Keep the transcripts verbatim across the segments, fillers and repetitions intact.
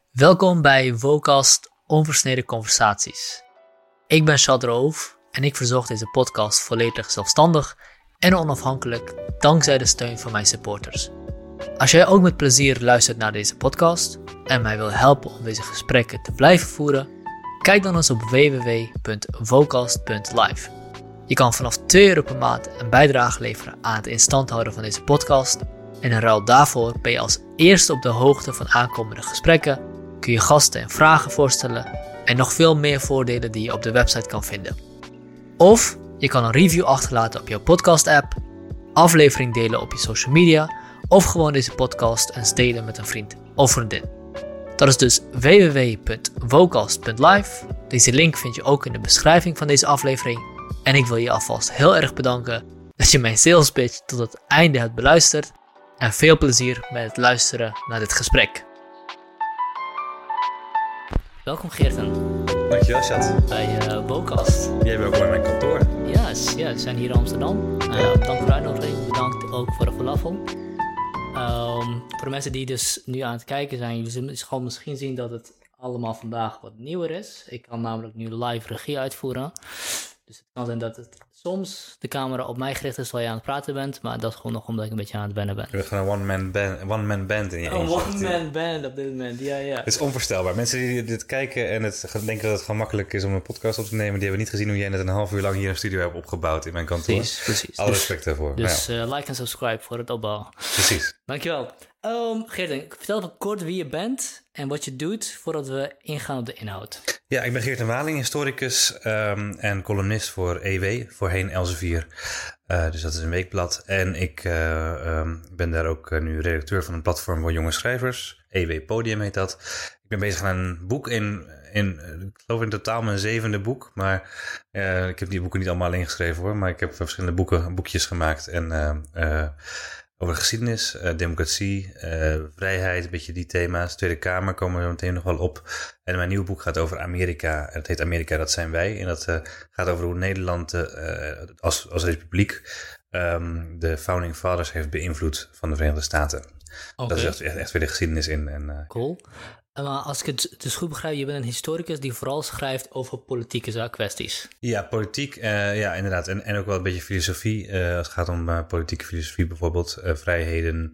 Welkom bij Vocast Onversneden Conversaties. Ik ben Chad Roof en ik verzorg deze podcast volledig zelfstandig en onafhankelijk dankzij de steun van mijn supporters. Als jij ook met plezier luistert naar deze podcast en mij wil helpen om deze gesprekken te blijven voeren, kijk dan eens op w w w punt vocast punt live. Je kan vanaf twee euro per maand een bijdrage leveren aan het instand houden van deze podcast en in ruil daarvoor ben je als eerste op de hoogte van aankomende gesprekken, kun je gasten en vragen voorstellen en nog veel meer voordelen die je op de website kan vinden. Of je kan een review achterlaten op jouw podcast-app, aflevering delen op je social media of gewoon deze podcast eens delen met een vriend of vriendin. Dat is dus w w w punt vocast punt live. Deze link vind je ook in de beschrijving van deze aflevering. En ik wil je alvast heel erg bedanken dat je mijn sales pitch tot het einde hebt beluisterd. En veel plezier met het luisteren naar dit gesprek. Welkom Geerten. Dankjewel, Chad. Bij uh, Vocast. Jij bent ook bij mijn kantoor. Yes, ja, we zijn hier in Amsterdam. Uh, ja. Bedankt voor de uitnodiging. Bedankt ook voor de falafel. Um, voor de mensen die dus nu aan het kijken zijn, jullie zullen gewoon misschien zien dat het allemaal vandaag wat nieuwer is. Ik kan namelijk nu live regie uitvoeren. Dus het kan zijn dat het soms de camera op mij gericht is terwijl je aan het praten bent, maar dat is gewoon nog omdat ik een beetje aan het wennen ben. Je bent gewoon een one-man band, one-man band in je Een eentje. one-man band op dit moment, ja, ja. Het is onvoorstelbaar. Mensen die dit kijken en het denken dat het gewoon makkelijk is om een podcast op te nemen, die hebben niet gezien hoe jij net een half uur lang hier een studio hebt opgebouwd in mijn kantoor. Precies, precies. Alle dus, respect daarvoor. Dus ja. uh, like en subscribe voor het opbouwen. Precies. Dankjewel. Um, Geerten, vertel even kort wie je bent en wat je doet voordat we ingaan op de inhoud. Ja, ik ben Geerten Waling, historicus um, en columnist voor E W, voorheen Elsevier. Uh, dus dat is een weekblad. En ik uh, um, ben daar ook uh, nu redacteur van een platform voor jonge schrijvers. E W Podium heet dat. Ik ben bezig aan een boek in, in ik geloof in totaal mijn zevende boek. Maar uh, ik heb die boeken niet allemaal alleen geschreven hoor. Maar ik heb verschillende boeken, boekjes gemaakt en uh, uh, over geschiedenis, uh, democratie, uh, vrijheid, een beetje die thema's. Tweede Kamer komen we meteen nog wel op. En mijn nieuwe boek gaat over Amerika. Het heet Amerika, dat zijn wij. En dat uh, gaat over hoe Nederland uh, als, als republiek um, de Founding Fathers heeft beïnvloed van de Verenigde Staten. Okay. Dat is echt, echt, echt weer de geschiedenis in. En, uh, cool. Maar als ik het dus goed begrijp, je bent een historicus die vooral schrijft over politieke kwesties. Ja, politiek, uh, ja inderdaad. En, en ook wel een beetje filosofie. Uh, als het gaat om uh, politieke filosofie bijvoorbeeld. Uh, vrijheden,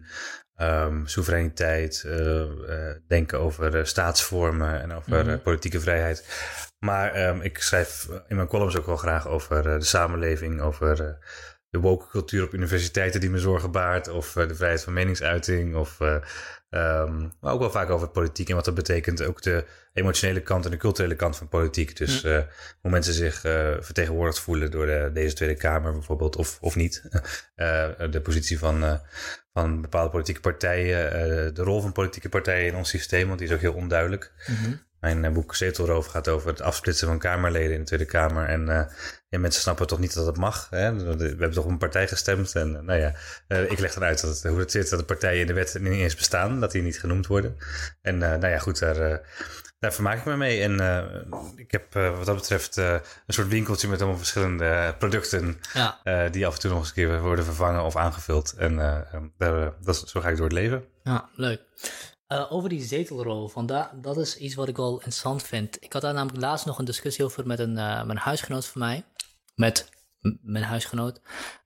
um, soevereiniteit, uh, uh, denken over uh, staatsvormen en over mm-hmm. uh, politieke vrijheid. Maar um, ik schrijf in mijn columns ook wel graag over uh, de samenleving, over uh, de woke cultuur op universiteiten die me zorgen baart. Of uh, de vrijheid van meningsuiting of... Uh, Um, maar ook wel vaak over politiek en wat dat betekent. Ook de emotionele kant en de culturele kant van politiek. Dus uh, hoe mensen zich uh, vertegenwoordigd voelen door de, deze Tweede Kamer bijvoorbeeld. Of, of niet. Uh, de positie van, uh, van bepaalde politieke partijen. Uh, de rol van politieke partijen in ons systeem. Want die is ook heel onduidelijk. Mm-hmm. Mijn uh, boek Zetelroof gaat over het afsplitsen van Kamerleden in de Tweede Kamer. En uh, ja, mensen snappen toch niet dat het mag. Hè? We hebben toch op een partij gestemd. En uh, nou ja, uh, ik leg dan uit dat het, hoe het zit dat de partijen in de wet niet eens bestaan. Dat die niet genoemd worden. En uh, nou ja, goed, daar, uh, daar vermaak ik me mee. En uh, ik heb uh, wat dat betreft uh, een soort winkeltje met allemaal verschillende producten. Ja. Uh, die af en toe nog eens een keer worden vervangen of aangevuld. En uh, daar, dat is, zo ga ik door het leven. Ja, leuk. Uh, over die zetelrol, van da- dat is iets wat ik wel interessant vind. Ik had daar namelijk laatst nog een discussie over met een, uh, mijn huisgenoot van mij. Met m- mijn huisgenoot.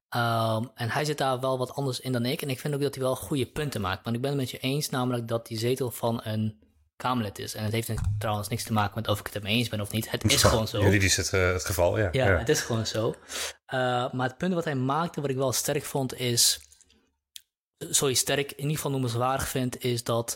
Um, en hij zit daar wel wat anders in dan ik. En ik vind ook dat hij wel goede punten maakt. Want ik ben het met je eens, namelijk dat die zetel van een Kamerlid is. En het heeft trouwens niks te maken met of ik het ermee eens ben of niet. Het is gewoon zo. Juridisch het, uh, het geval, ja. ja. Ja, het is gewoon zo. Uh, maar het punt wat hij maakte, wat ik wel sterk vond, is... Sorry, sterk, in ieder geval noemenswaardig vind, is dat...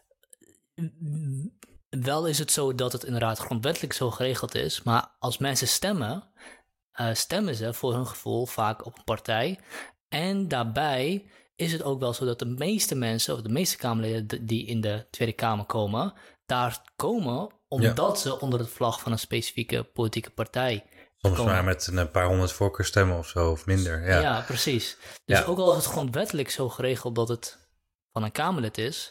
Wel is het zo dat het inderdaad grondwettelijk zo geregeld is, maar als mensen stemmen, uh, stemmen ze voor hun gevoel vaak op een partij. En daarbij is het ook wel zo dat de meeste mensen, of de meeste Kamerleden die in de Tweede Kamer komen, daar komen omdat ja. ze onder de vlag van een specifieke politieke partij Soms komen. maar met een paar honderd voorkeurstemmen of zo, of minder. Ja, ja precies. Dus ja. ook al is het grondwettelijk zo geregeld dat het van een Kamerlid is,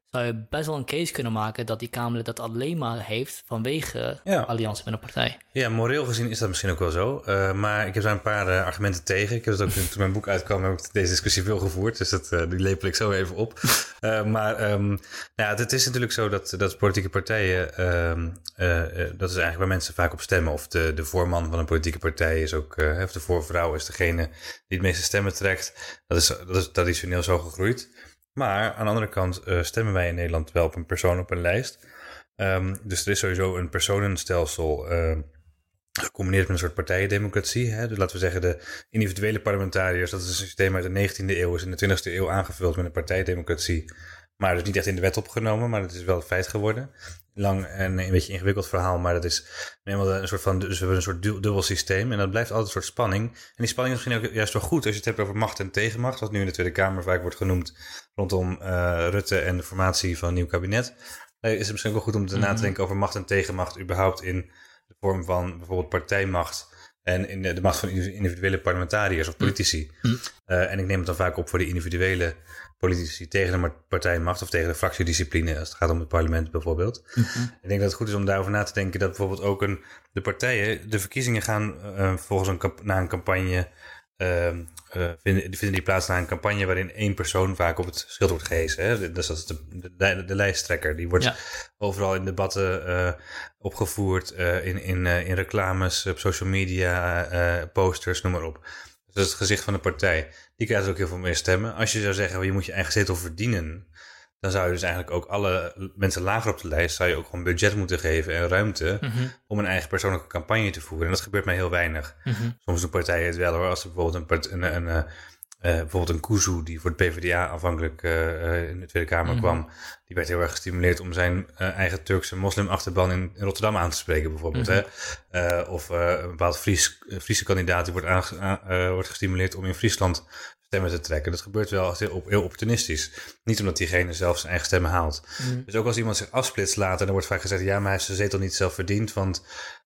zou je best wel een case kunnen maken dat die Kamerlid dat alleen maar heeft vanwege ja. alliantie met een partij. Ja, moreel gezien is dat misschien ook wel zo. Uh, maar ik heb daar een paar uh, argumenten tegen. Ik heb het ook toen mijn boek uitkwam, heb ik deze discussie veel gevoerd. Dus dat, uh, die lepel ik zo even op. uh, maar um, nou ja, het is natuurlijk zo dat, dat politieke partijen, um, uh, uh, dat is eigenlijk waar mensen vaak op stemmen. Of de, de voorman van een politieke partij is ook, uh, of de voorvrouw is degene die het meeste stemmen trekt. Dat is, dat is traditioneel zo gegroeid. Maar aan de andere kant uh, stemmen wij in Nederland wel op een persoon op een lijst. Um, dus er is sowieso een personenstelsel uh, gecombineerd met een soort partijendemocratie. Hè? Dus laten we zeggen de individuele parlementariërs, dat is een systeem uit de negentiende eeuw, is in de twintigste eeuw aangevuld met een partijdemocratie. Maar dus niet echt in de wet opgenomen, maar dat is wel een feit geworden. Lang en een beetje ingewikkeld verhaal, maar dat is helemaal een soort van, dus we hebben een soort dubbel systeem en dat blijft altijd een soort spanning. En die spanning is misschien ook juist wel goed als je het hebt over macht en tegenmacht, wat nu in de Tweede Kamer vaak wordt genoemd rondom uh, Rutte en de formatie van een nieuw kabinet. Uh, is het misschien ook wel goed om te mm-hmm. na te denken over macht en tegenmacht überhaupt in de vorm van bijvoorbeeld partijmacht en in de, de macht van individuele parlementariërs of politici. Mm-hmm. Uh, en ik neem het dan vaak op voor de individuele politici tegen de partijmacht of tegen de fractiediscipline als het gaat om het parlement bijvoorbeeld. Mm-hmm. Ik denk dat het goed is om daarover na te denken dat bijvoorbeeld ook een, de partijen, de verkiezingen gaan uh, volgens een, na een campagne, uh, uh, vinden, vinden die plaats na een campagne waarin één persoon vaak op het schild wordt gehesen. Hè? Dus dat is de, de, de lijsttrekker. Die wordt ja. overal in debatten uh, opgevoerd, uh, in, in, uh, in reclames, op social media, uh, posters, noem maar op. Dus dat is het gezicht van de partij. Die krijgt ook heel veel meer stemmen. Als je zou zeggen, je moet je eigen zetel verdienen, dan zou je dus eigenlijk ook alle mensen lager op de lijst, zou je ook gewoon budget moeten geven en ruimte mm-hmm. om een eigen persoonlijke campagne te voeren. En dat gebeurt maar heel weinig. Mm-hmm. Soms doen partijen het wel hoor. Als er bijvoorbeeld een, part, een, een, een, uh, bijvoorbeeld een Kuzu, die voor de P v d A afhankelijk uh, in de Tweede Kamer mm-hmm. kwam, die werd heel erg gestimuleerd om zijn uh, eigen Turkse moslimachterban in, in Rotterdam aan te spreken bijvoorbeeld. Mm-hmm. Hè? Uh, of uh, een bepaald Fries, Friese kandidaat die wordt, aange, uh, wordt gestimuleerd om in Friesland stemmen te trekken. Dat gebeurt wel heel, heel opportunistisch. Niet omdat diegene zelf zijn eigen stemmen haalt. Mm. Dus ook als iemand zich afsplitst later, dan wordt vaak gezegd, ja, maar hij heeft zijn zetel niet zelf verdiend, want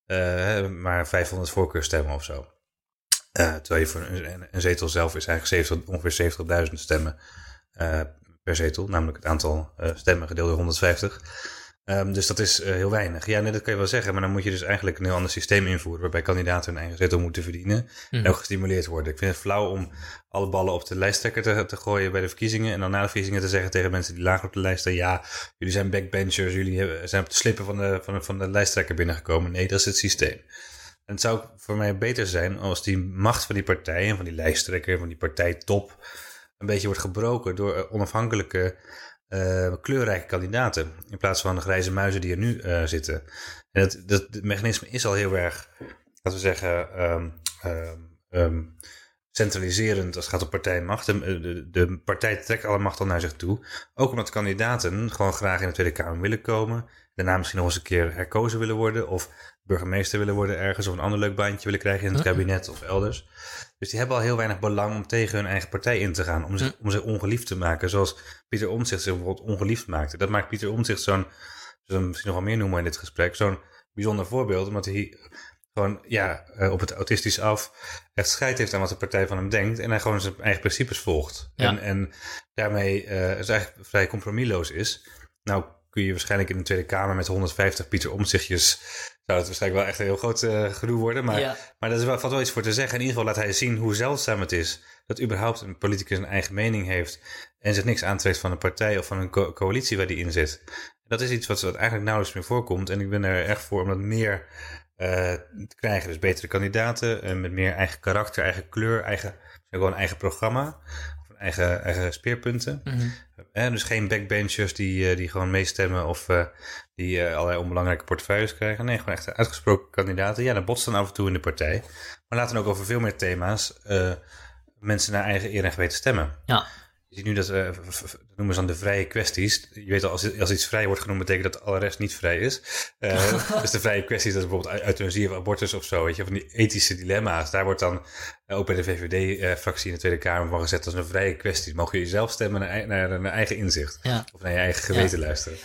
uh, maar vijfhonderd voorkeurstemmen of zo. Uh, terwijl je voor een, een zetel zelf is eigenlijk zeventig, ongeveer zeventigduizend stemmen uh, per zetel. Namelijk het aantal uh, stemmen gedeeld door honderdvijftig. Um, dus dat is uh, heel weinig. Ja, nee, dat kan je wel zeggen. Maar dan moet je dus eigenlijk een heel ander systeem invoeren, waarbij kandidaten hun eigen zetel moeten verdienen. Mm. En ook gestimuleerd worden. Ik vind het flauw om alle ballen op de lijsttrekker te, te gooien bij de verkiezingen. En dan na de verkiezingen te zeggen tegen mensen die lager op de lijst staan, ja, jullie zijn backbenchers, jullie hebben, zijn op de slippen van de, van, de, van de lijsttrekker binnengekomen. Nee, dat is het systeem. En het zou voor mij beter zijn als die macht van die partij en van die lijsttrekker, van die partijtop, een beetje wordt gebroken door onafhankelijke Uh, kleurrijke kandidaten, in plaats van de grijze muizen die er nu uh, zitten. En dat, dat het mechanisme is al heel erg, laten we zeggen, um, um, um, centraliserend als het gaat om partijmacht. De, de, de partij trekt alle macht al naar zich toe. Ook omdat kandidaten gewoon graag in de Tweede Kamer willen komen, daarna misschien nog eens een keer herkozen willen worden, of burgemeester willen worden ergens, of een ander leuk baantje willen krijgen in het kabinet of elders. Dus die hebben al heel weinig belang om tegen hun eigen partij in te gaan, om zich, om zich ongeliefd te maken, zoals Pieter Omtzigt zich bijvoorbeeld ongeliefd maakte. Dat maakt Pieter Omtzigt zo'n, zo'n misschien nog wel meer noemen in dit gesprek, zo'n bijzonder voorbeeld, omdat hij gewoon ja, op het autistisch af echt scheid heeft aan wat de partij van hem denkt en hij gewoon zijn eigen principes volgt. Ja. En, en daarmee uh, het eigenlijk vrij compromisloos is. Nou kun je waarschijnlijk in de Tweede Kamer met honderdvijftig Pieter Omtzigtjes, zou het waarschijnlijk wel echt een heel groot uh, gedoe worden. Maar, ja. maar daar is wel, valt wel iets voor te zeggen. In ieder geval laat hij zien hoe zeldzaam het is dat überhaupt een politicus een eigen mening heeft en zich niks aantrekt van een partij of van een co- coalitie waar die in zit. Dat is iets wat, wat eigenlijk nauwelijks meer voorkomt. En ik ben er echt voor om dat meer uh, te krijgen. Dus betere kandidaten uh, met meer eigen karakter, eigen kleur, eigen, gewoon een eigen programma. Eigen, eigen speerpunten. Mm-hmm. Eh, dus geen backbenchers die, uh, die gewoon meestemmen of uh, die uh, allerlei onbelangrijke portefeuilles krijgen. Nee, gewoon echt uitgesproken kandidaten. Ja, dat botst dan af en toe in de partij. Maar laten ook over veel meer thema's uh, mensen naar eigen eer en geweten stemmen. Ja. Je ziet nu dat, uh, dat noemen ze dan de vrije kwesties. Je weet al, als, als iets vrij wordt genoemd, betekent dat alle rest niet vrij is. Uh, dus de vrije kwesties, dat is bijvoorbeeld euthanasie of abortus of zo. Weet je, van die ethische dilemma's. Daar wordt dan uh, ook bij de V V D-fractie in de Tweede Kamer van gezet als een vrije kwestie. Mogen je zelf stemmen naar, naar, naar eigen inzicht. Ja. Of naar je eigen geweten ja. luisteren.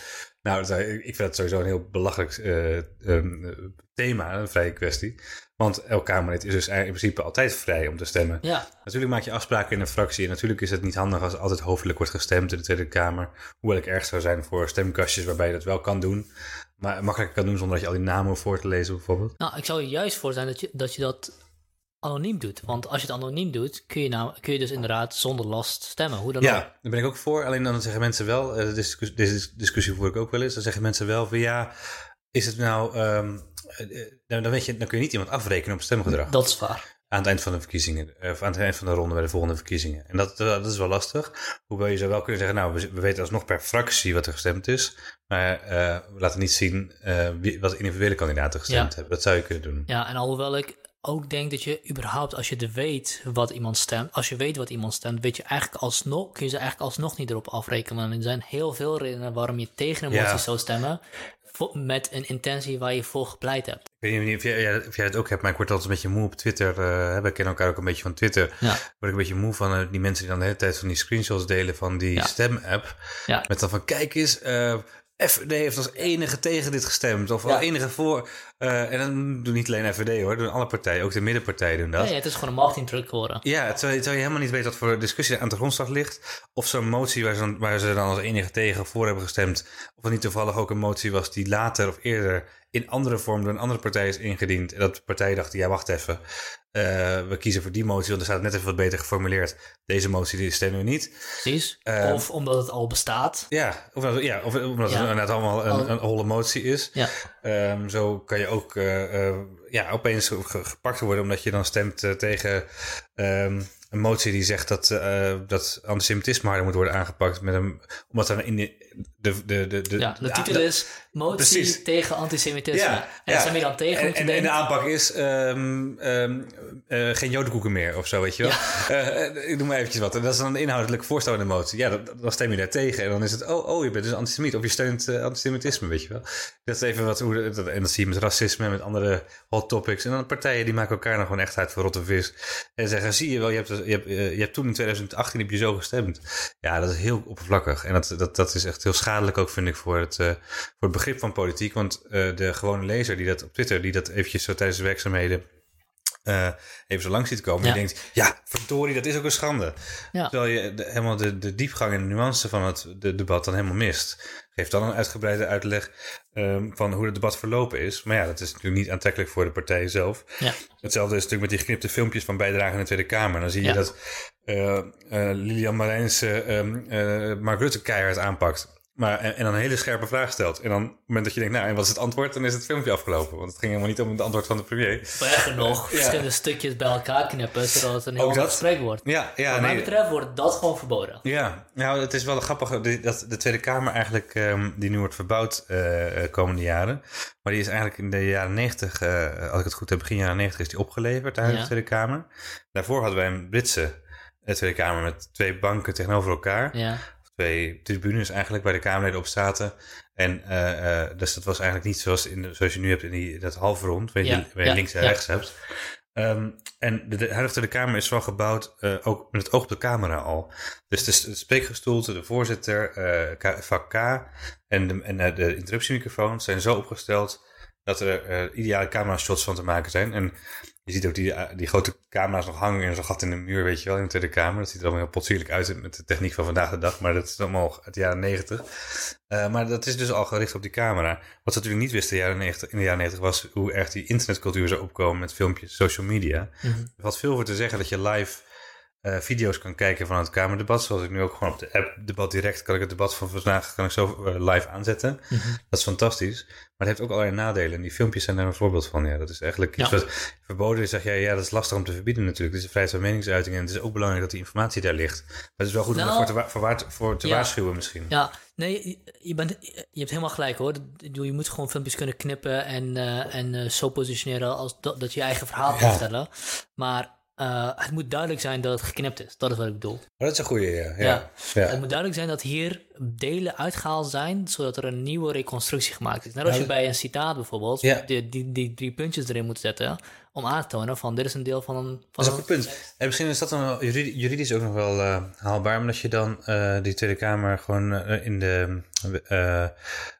Nou, ik vind dat sowieso een heel belachelijk uh, um, thema, een vrije kwestie. Want elk Kamerlid is dus in principe altijd vrij om te stemmen. Ja. Natuurlijk maak je afspraken in een fractie. En natuurlijk is het niet handig als altijd hoofdelijk wordt gestemd in de Tweede Kamer. Hoewel ik erg zou zijn voor stemkastjes waarbij je dat wel kan doen. Maar makkelijk kan doen zonder dat je al die namen hoeft voor te lezen bijvoorbeeld. Nou, ik zou er juist voor zijn dat je dat, je dat anoniem doet. Want als je het anoniem doet, kun je, nou, kun je dus inderdaad zonder last stemmen. Hoe dan ja, ook. daar ben ik ook voor. Alleen dan zeggen mensen wel, uh, deze, deze discussie voer ik ook wel eens. Dan zeggen mensen wel van ja, is het nou... Um, uh, dan, weet je, dan kun je niet iemand afrekenen op stemgedrag. Dat is waar. Aan het eind van de verkiezingen, of aan het eind van de ronde bij de volgende verkiezingen. En dat, dat is wel lastig. Hoewel je zou wel kunnen zeggen, nou, we, we weten alsnog per fractie wat er gestemd is. Maar uh, we laten niet zien uh, wie, wat individuele kandidaten gestemd ja. hebben. Dat zou je kunnen doen. Ja, en alhoewel ik ook denk dat je überhaupt, als je er weet wat iemand stemt, als je weet wat iemand stemt, weet je eigenlijk alsnog, kun je ze eigenlijk alsnog niet erop afrekenen. Er zijn heel veel redenen waarom je tegen een motie ja. zou stemmen, met een intentie waar je voor gepleit hebt. Ik weet niet of jij, of jij het ook hebt, maar ik word altijd een beetje moe op Twitter. Uh, we kennen elkaar ook een beetje van Twitter. Ja. Word ik een beetje moe van uh, die mensen die dan de hele tijd van die screenshots delen van die ja. stem-app. Ja. Met dan van, kijk eens, uh, F V D heeft als enige tegen dit gestemd. Of ja. als enige voor. Uh, en dan doen niet alleen F V D hoor, doen alle partijen. Ook de middenpartijen doen dat. Nee, het is gewoon een marketingtruc geworden. Ja, terwijl, terwijl je helemaal niet weet wat voor discussie aan de grondslag ligt. Of zo'n motie waar ze, dan, waar ze dan als enige tegen voor hebben gestemd. Of het niet toevallig ook een motie was die later of eerder in andere vorm door een andere partij is ingediend. En dat de partijen dachten, ja wacht even. Uh, we kiezen voor die motie, want er staat net even wat beter geformuleerd. Deze motie die stemmen we niet. Precies. Uh, of omdat het al bestaat. Ja, of, ja, of omdat ja. het inderdaad allemaal een, een holle motie is. Ja. Um, zo kan je ook uh, uh, ja, opeens gepakt worden omdat je dan stemt uh, tegen um, een motie die zegt dat, uh, dat antisemitisme harder moet worden aangepakt. Met een, omdat er in de... de, de, de, de ja, de titel de, is motie precies. tegen antisemitisme. Ja, en ja. zijn we dan tegen en, en, en de aanpak is um, um, uh, geen jodenkoeken meer of zo, weet je wel. Ja. Uh, ik doe maar eventjes wat. En dat is dan een inhoudelijk voorstel in de motie. Ja, dan, dan stem je daar tegen. En dan is het, oh, oh je bent dus antisemiet. Of je steunt uh, antisemitisme, weet je wel. Dat is even wat, hoe, dat, en dat zie je met racisme en met andere hot topics. En dan partijen die maken elkaar nog gewoon echt uit voor rotte vis. En zeggen, zie je wel, je hebt, je hebt, uh, je hebt toen in twintig achttien heb je zo gestemd. Ja, dat is heel oppervlakkig. En dat, dat, dat is echt heel schadelijk ook, vind ik, voor het, uh, voor het begrip van politiek. Want uh, de gewone lezer die dat op Twitter, die dat eventjes zo tijdens de werkzaamheden uh, even zo lang ziet komen, ja. die denkt, ja, verdorie, dat is ook een schande. Ja. Terwijl je de, helemaal de, de diepgang en de nuance van het de debat dan helemaal mist. Geef dan een uitgebreide uitleg um, van hoe het debat verlopen is. Maar ja, dat is natuurlijk niet aantrekkelijk voor de partijen zelf. Ja. Hetzelfde is natuurlijk met die geknipte filmpjes van bijdragen in de Tweede Kamer. Dan zie je ja. dat uh, uh, Lilian Marijns uh, uh, Mark Rutte keihard aanpakt. Maar, en, en dan een hele scherpe vraag stelt. En dan op het moment dat je denkt, nou, en wat is het antwoord? Dan is het filmpje afgelopen. Want het ging helemaal niet om het antwoord van de premier. Erger nog, ja. verschillende stukjes bij elkaar knippen, zodat het een heel ander gesprek wordt. Ja, ja, Wat nee. mij betreft wordt dat gewoon verboden. Ja, nou, het is wel grappig dat de Tweede Kamer eigenlijk, um, die nu wordt verbouwd uh, komende jaren. Maar die is eigenlijk in de jaren negentig, uh, als ik het goed heb, begin jaren negentig, is die opgeleverd aan ja. de Tweede Kamer. Daarvoor hadden wij een Britse Tweede Kamer met twee banken tegenover elkaar. Ja. Twee tribunes eigenlijk waar de Kamerleden op zaten. En uh, uh, dus dat was eigenlijk niet zoals, in de, zoals je nu hebt in die, dat halfrond, waar je, ja, waar je ja, links en ja. rechts hebt. Um, en de, de huidige Tweede Kamer is wel gebouwd, uh, ook met het oog op de camera al. Dus de, de spreekgestoelte, de voorzitter, uh, vak K en de, en uh, de interruptiemicrofoons zijn zo opgesteld dat er uh, ideale camera-shots van te maken zijn. En je ziet ook die, die grote camera's nog hangen in zo'n gat in de muur, weet je wel, in de Tweede Kamer. Dat ziet er allemaal heel potsierlijk uit met de techniek van vandaag de dag. Maar dat is allemaal uit de jaren negentig. Uh, maar dat is dus al gericht op die camera. Wat ze natuurlijk niet wisten in de jaren negentig, in de jaren negentig was hoe erg die internetcultuur zou opkomen met filmpjes, social media. Mm-hmm. Er valt veel voor te zeggen dat je live uh, video's kan kijken van het Kamerdebat. Zoals ik nu ook gewoon op de app Debat Direct kan ik het debat van vandaag kan ik zo uh, live aanzetten. Mm-hmm. Dat is fantastisch. Maar het heeft ook allerlei nadelen. En die filmpjes zijn daar een voorbeeld van. Ja, dat is eigenlijk iets ja. wat verboden is. Zeg jij, ja, dat is lastig om te verbieden natuurlijk. Het is een vrijheid van meningsuiting. En het is ook belangrijk dat die informatie daar ligt. Maar het is wel goed nou, om ervoor te, voor, voor te ja. waarschuwen misschien. Ja, nee, je, bent, je hebt helemaal gelijk hoor. Je moet gewoon filmpjes kunnen knippen en, uh, en uh, zo positioneren als dat, dat je je eigen verhaal kan ja. vertellen. Maar Uh, het moet duidelijk zijn dat het geknipt is. Dat is wat ik bedoel. Oh, dat is een goeie, ja. Ja. ja. ja. Het moet duidelijk zijn dat hier delen uitgehaald zijn, zodat er een nieuwe reconstructie gemaakt is. Net als je bij een citaat bijvoorbeeld ja. die, die, die drie puntjes erin moet zetten, om aan te tonen van dit is een deel van een... Van dat is een een goed punt. En misschien is dat dan juridisch ook nog wel uh, haalbaar, omdat je dan uh, die Tweede Kamer gewoon uh, in de... Uh,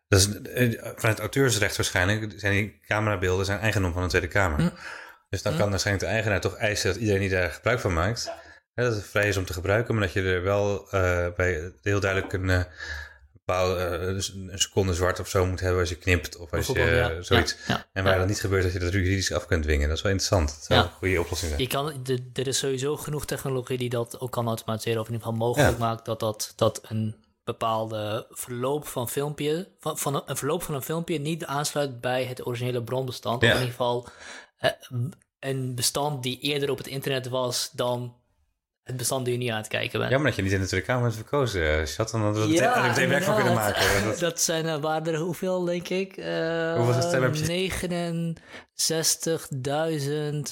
Dat is, vanuit auteursrecht waarschijnlijk zijn die camerabeelden zijn eigendom van de Tweede Kamer. Hm. Dus dan hm. kan waarschijnlijk de eigenaar toch eisen dat iedereen die daar gebruik van maakt, ja. hè, dat het vrij is om te gebruiken, maar dat je er wel uh, bij heel duidelijk een, uh, bepaalde, uh, een seconde zwart of zo moet hebben als je knipt of als je uh, ja. zoiets. Ja. Ja. En waar ja. dat niet gebeurt, dat je dat juridisch af kunt dwingen. Dat is wel interessant. Dat zou ja. een goede oplossing zijn. Je kan, de, er is sowieso genoeg technologie die dat ook kan automatiseren, of in ieder geval mogelijk ja. maakt dat, dat, dat een bepaalde verloop van filmpje, van, van een, een verloop van een filmpje niet aansluit bij het originele bronbestand. Ja. Of in ieder geval uh, een bestand die eerder op het internet was dan het bestand die je nu aan het kijken bent. Jammer dat je niet in de Tweede Kamer hebt verkozen, Chat. Dan hadden we ja, er meteen werk van kunnen maken. Dat, dat zijn er, waren er hoeveel, denk ik? Uh, hoeveel stemmen heb je? negenenzestigduizend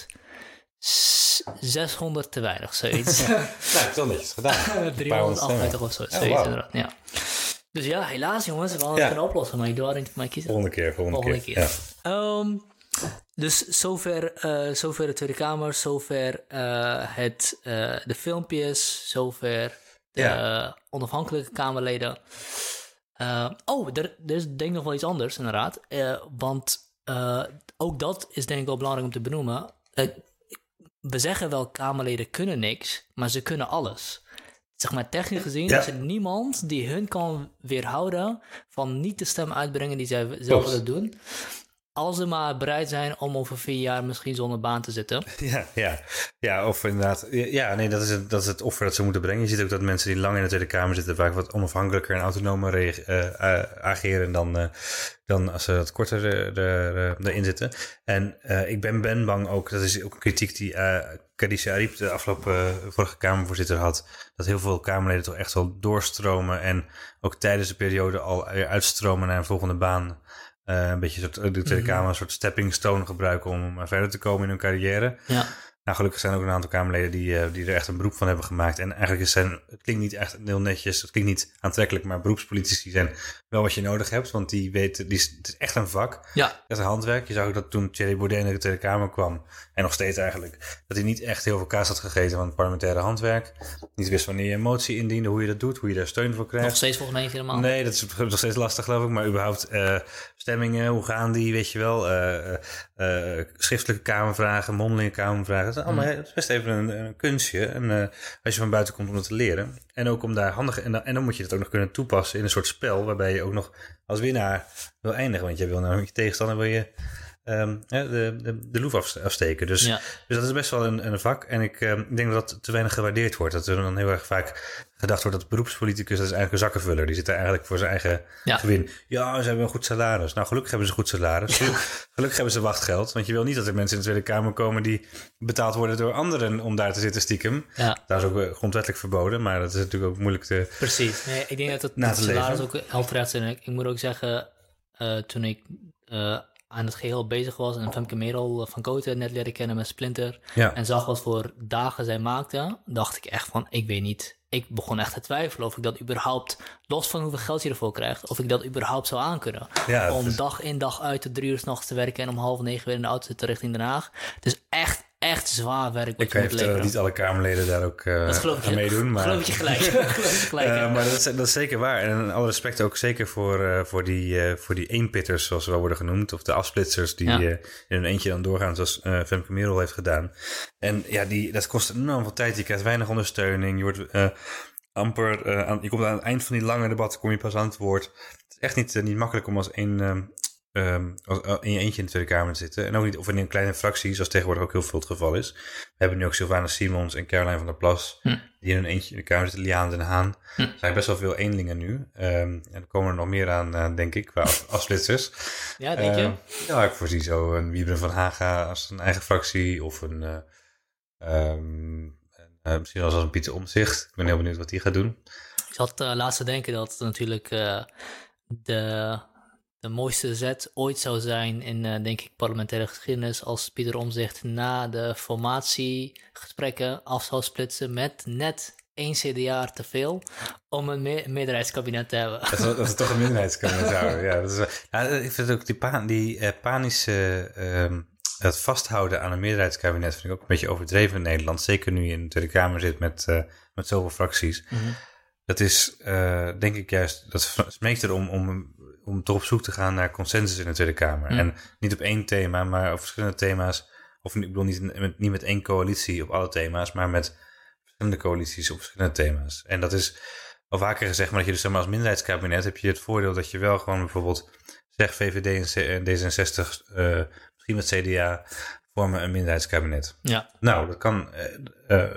zeshonderd te weinig, zoiets. Nou, ik heb wel netjes gedaan. driehonderdachtenveertig of zo, oh, zoiets wow. inderdaad, ja. Dus ja, helaas jongens, we hadden het kunnen oplossen, maar ik doe het niet voor mij kiezen. Volgende keer, volgende, volgende keer. keer. Ja. Um, dus zover, uh, zover de Tweede Kamer, zover uh, het, uh, de filmpjes, zover de ja. uh, onafhankelijke Kamerleden. Uh, oh, er, er is denk ik nog wel iets anders inderdaad. Uh, want uh, ook dat is denk ik wel belangrijk om te benoemen. Uh, we zeggen wel, Kamerleden kunnen niks, maar ze kunnen alles. Zeg maar, technisch gezien ja. is er niemand die hun kan weerhouden van niet de stem uitbrengen die zij zelf willen doen. Als ze maar bereid zijn om over vier jaar misschien zonder baan te zitten. Ja, ja. ja of inderdaad. Ja, nee, dat is, het, dat is het offer dat ze moeten brengen. Je ziet ook dat mensen die lang in de Tweede Kamer zitten vaak wat onafhankelijker en autonomer re- uh, uh, ageren dan, uh, dan als ze wat korter uh, er, uh, erin zitten. En uh, ik ben, ben bang ook, dat is ook een kritiek die uh, Khadija Arib, de afgelopen uh, vorige Kamervoorzitter, had, dat heel veel Kamerleden toch echt wel doorstromen en ook tijdens de periode al weer uitstromen naar een volgende baan. Uh, een beetje soort, de Tweede Kamer mm-hmm. een soort stepping stone gebruiken om verder te komen in hun carrière. Ja. Nou, gelukkig zijn er ook een aantal Kamerleden die, uh, die er echt een beroep van hebben gemaakt. En eigenlijk is zijn, het klinkt niet echt heel netjes, het klinkt niet aantrekkelijk, maar beroepspolitici zijn wel wat je nodig hebt. Want die weten, die is, het is echt een vak, ja. echt een handwerk. Je zag ook dat toen Thierry Baudet in de Tweede Kamer kwam, en nog steeds eigenlijk, dat hij niet echt heel veel kaas had gegeten van het parlementaire handwerk. Niet wist wanneer je een motie indiende, hoe je dat doet, hoe je daar steun voor krijgt. Nog steeds volgens mij niet helemaal. Nee, dat is nog steeds lastig geloof ik, maar überhaupt uh, stemmingen, hoe gaan die, weet je wel. Uh, uh, schriftelijke kamervragen, mondelinge kamervragen. Dat is allemaal mm. dat is best even een, een kunstje. En uh, als je van buiten komt om dat te leren. En ook om daar handig... En dan, en dan moet je het ook nog kunnen toepassen in een soort spel, waarbij je ook nog als winnaar wil eindigen. Want je wil nou met je tegenstander wil je um, de, de, de loef afsteken. Dus, ja. dus dat is best wel een, een vak. En ik um, denk dat dat te weinig gewaardeerd wordt. Dat er dan heel erg vaak gedacht wordt dat beroepspoliticus, dat is eigenlijk een zakkenvuller. Die zit er eigenlijk voor zijn eigen ja. gewin. Ja, ze hebben een goed salaris. Nou, gelukkig hebben ze een goed salaris. Ja. Gelukkig hebben ze wachtgeld. Want je wil niet dat er mensen in de Tweede Kamer komen die betaald worden door anderen om daar te zitten stiekem. Ja. Dat is ook grondwettelijk verboden, maar dat is natuurlijk ook moeilijk te Precies. Nee, ik denk dat het, het salaris ook heel terecht is. Ik, ik moet ook zeggen, uh, toen ik uh, aan het geheel bezig was en Femke Merel van Koten net leren kennen met Splinter ja. en zag wat voor dagen zij maakte, dacht ik echt van, ik weet niet. Ik begon echt te twijfelen of ik dat überhaupt, los van hoeveel geld je ervoor krijgt, of ik dat überhaupt zou aankunnen. Ja, om is... dag in dag uit tot drie uur 's nachts te werken en om half negen weer in de auto te zitten richting Den Haag. Dus echt, echt zwaar werk. Ik weet uh, niet alle Kamerleden daar ook uh, aan meedoen. Maar... Geloof je gelijk. geloof je gelijk uh, maar dat is, dat is zeker waar. En alle respect ook zeker voor, uh, voor die, uh, voor die eenpitters, zoals ze wel worden genoemd. Of de afsplitsers die ja. uh, in hun eentje dan doorgaan, zoals uh, Femke Merel heeft gedaan. En ja, die, dat kost enorm veel tijd. Je krijgt weinig ondersteuning. Je wordt uh, amper... Uh, aan, je komt aan het eind van die lange debatten, kom je pas aan het woord. Het is echt niet, uh, niet makkelijk om als één... Uh, Um, als, uh, in je eentje in de Tweede Kamer te zitten. En ook niet of in een kleine fractie, zoals tegenwoordig ook heel veel het geval is. We hebben nu ook Sylvana Simons en Caroline van der Plas, hm. die in een eentje in de Kamer zitten. Liane Den Haan. Hm. Er zijn best wel veel eenlingen nu. Um, en er komen er nog meer aan, uh, denk ik, qua afsplitsers. Ja, denk je? Uh, ja, ik voorzie zo een Wiebren van Haga als een eigen fractie. Of een... Uh, um, uh, misschien wel als een Pieter Omtzigt. Ik ben heel benieuwd wat die gaat doen. Ik zat uh, laatst te denken dat natuurlijk uh, de... de mooiste zet ooit zou zijn in, uh, denk ik, parlementaire geschiedenis als Pieter Omtzigt na de formatiegesprekken af zou splitsen met net één C D A te veel om een me- meerderheidskabinet te hebben. Dat we, dat we toch een minderheidskabinet houden, ja. Dat is, ja. Ik vind ook die, pa- die uh, panische... Uh, het vasthouden aan een meerderheidskabinet vind ik ook een beetje overdreven in Nederland. Zeker nu je in de Tweede Kamer zit met, uh, met zoveel fracties. Mm-hmm. Dat is, uh, denk ik juist, dat smeekt erom om... om toch op zoek te gaan naar consensus in de Tweede Kamer. Mm. En niet op één thema, maar op verschillende thema's. Of ik bedoel niet met, niet met één coalitie op alle thema's, maar met verschillende coalities op verschillende thema's. En dat is al vaker gezegd, maar dat je dus zeg maar, als minderheidskabinet heb je het voordeel dat je wel gewoon bijvoorbeeld zegt V V D en D zesenzestig, uh, misschien met C D A, vormen een minderheidskabinet. Ja. Nou, dat kan. Uh, uh,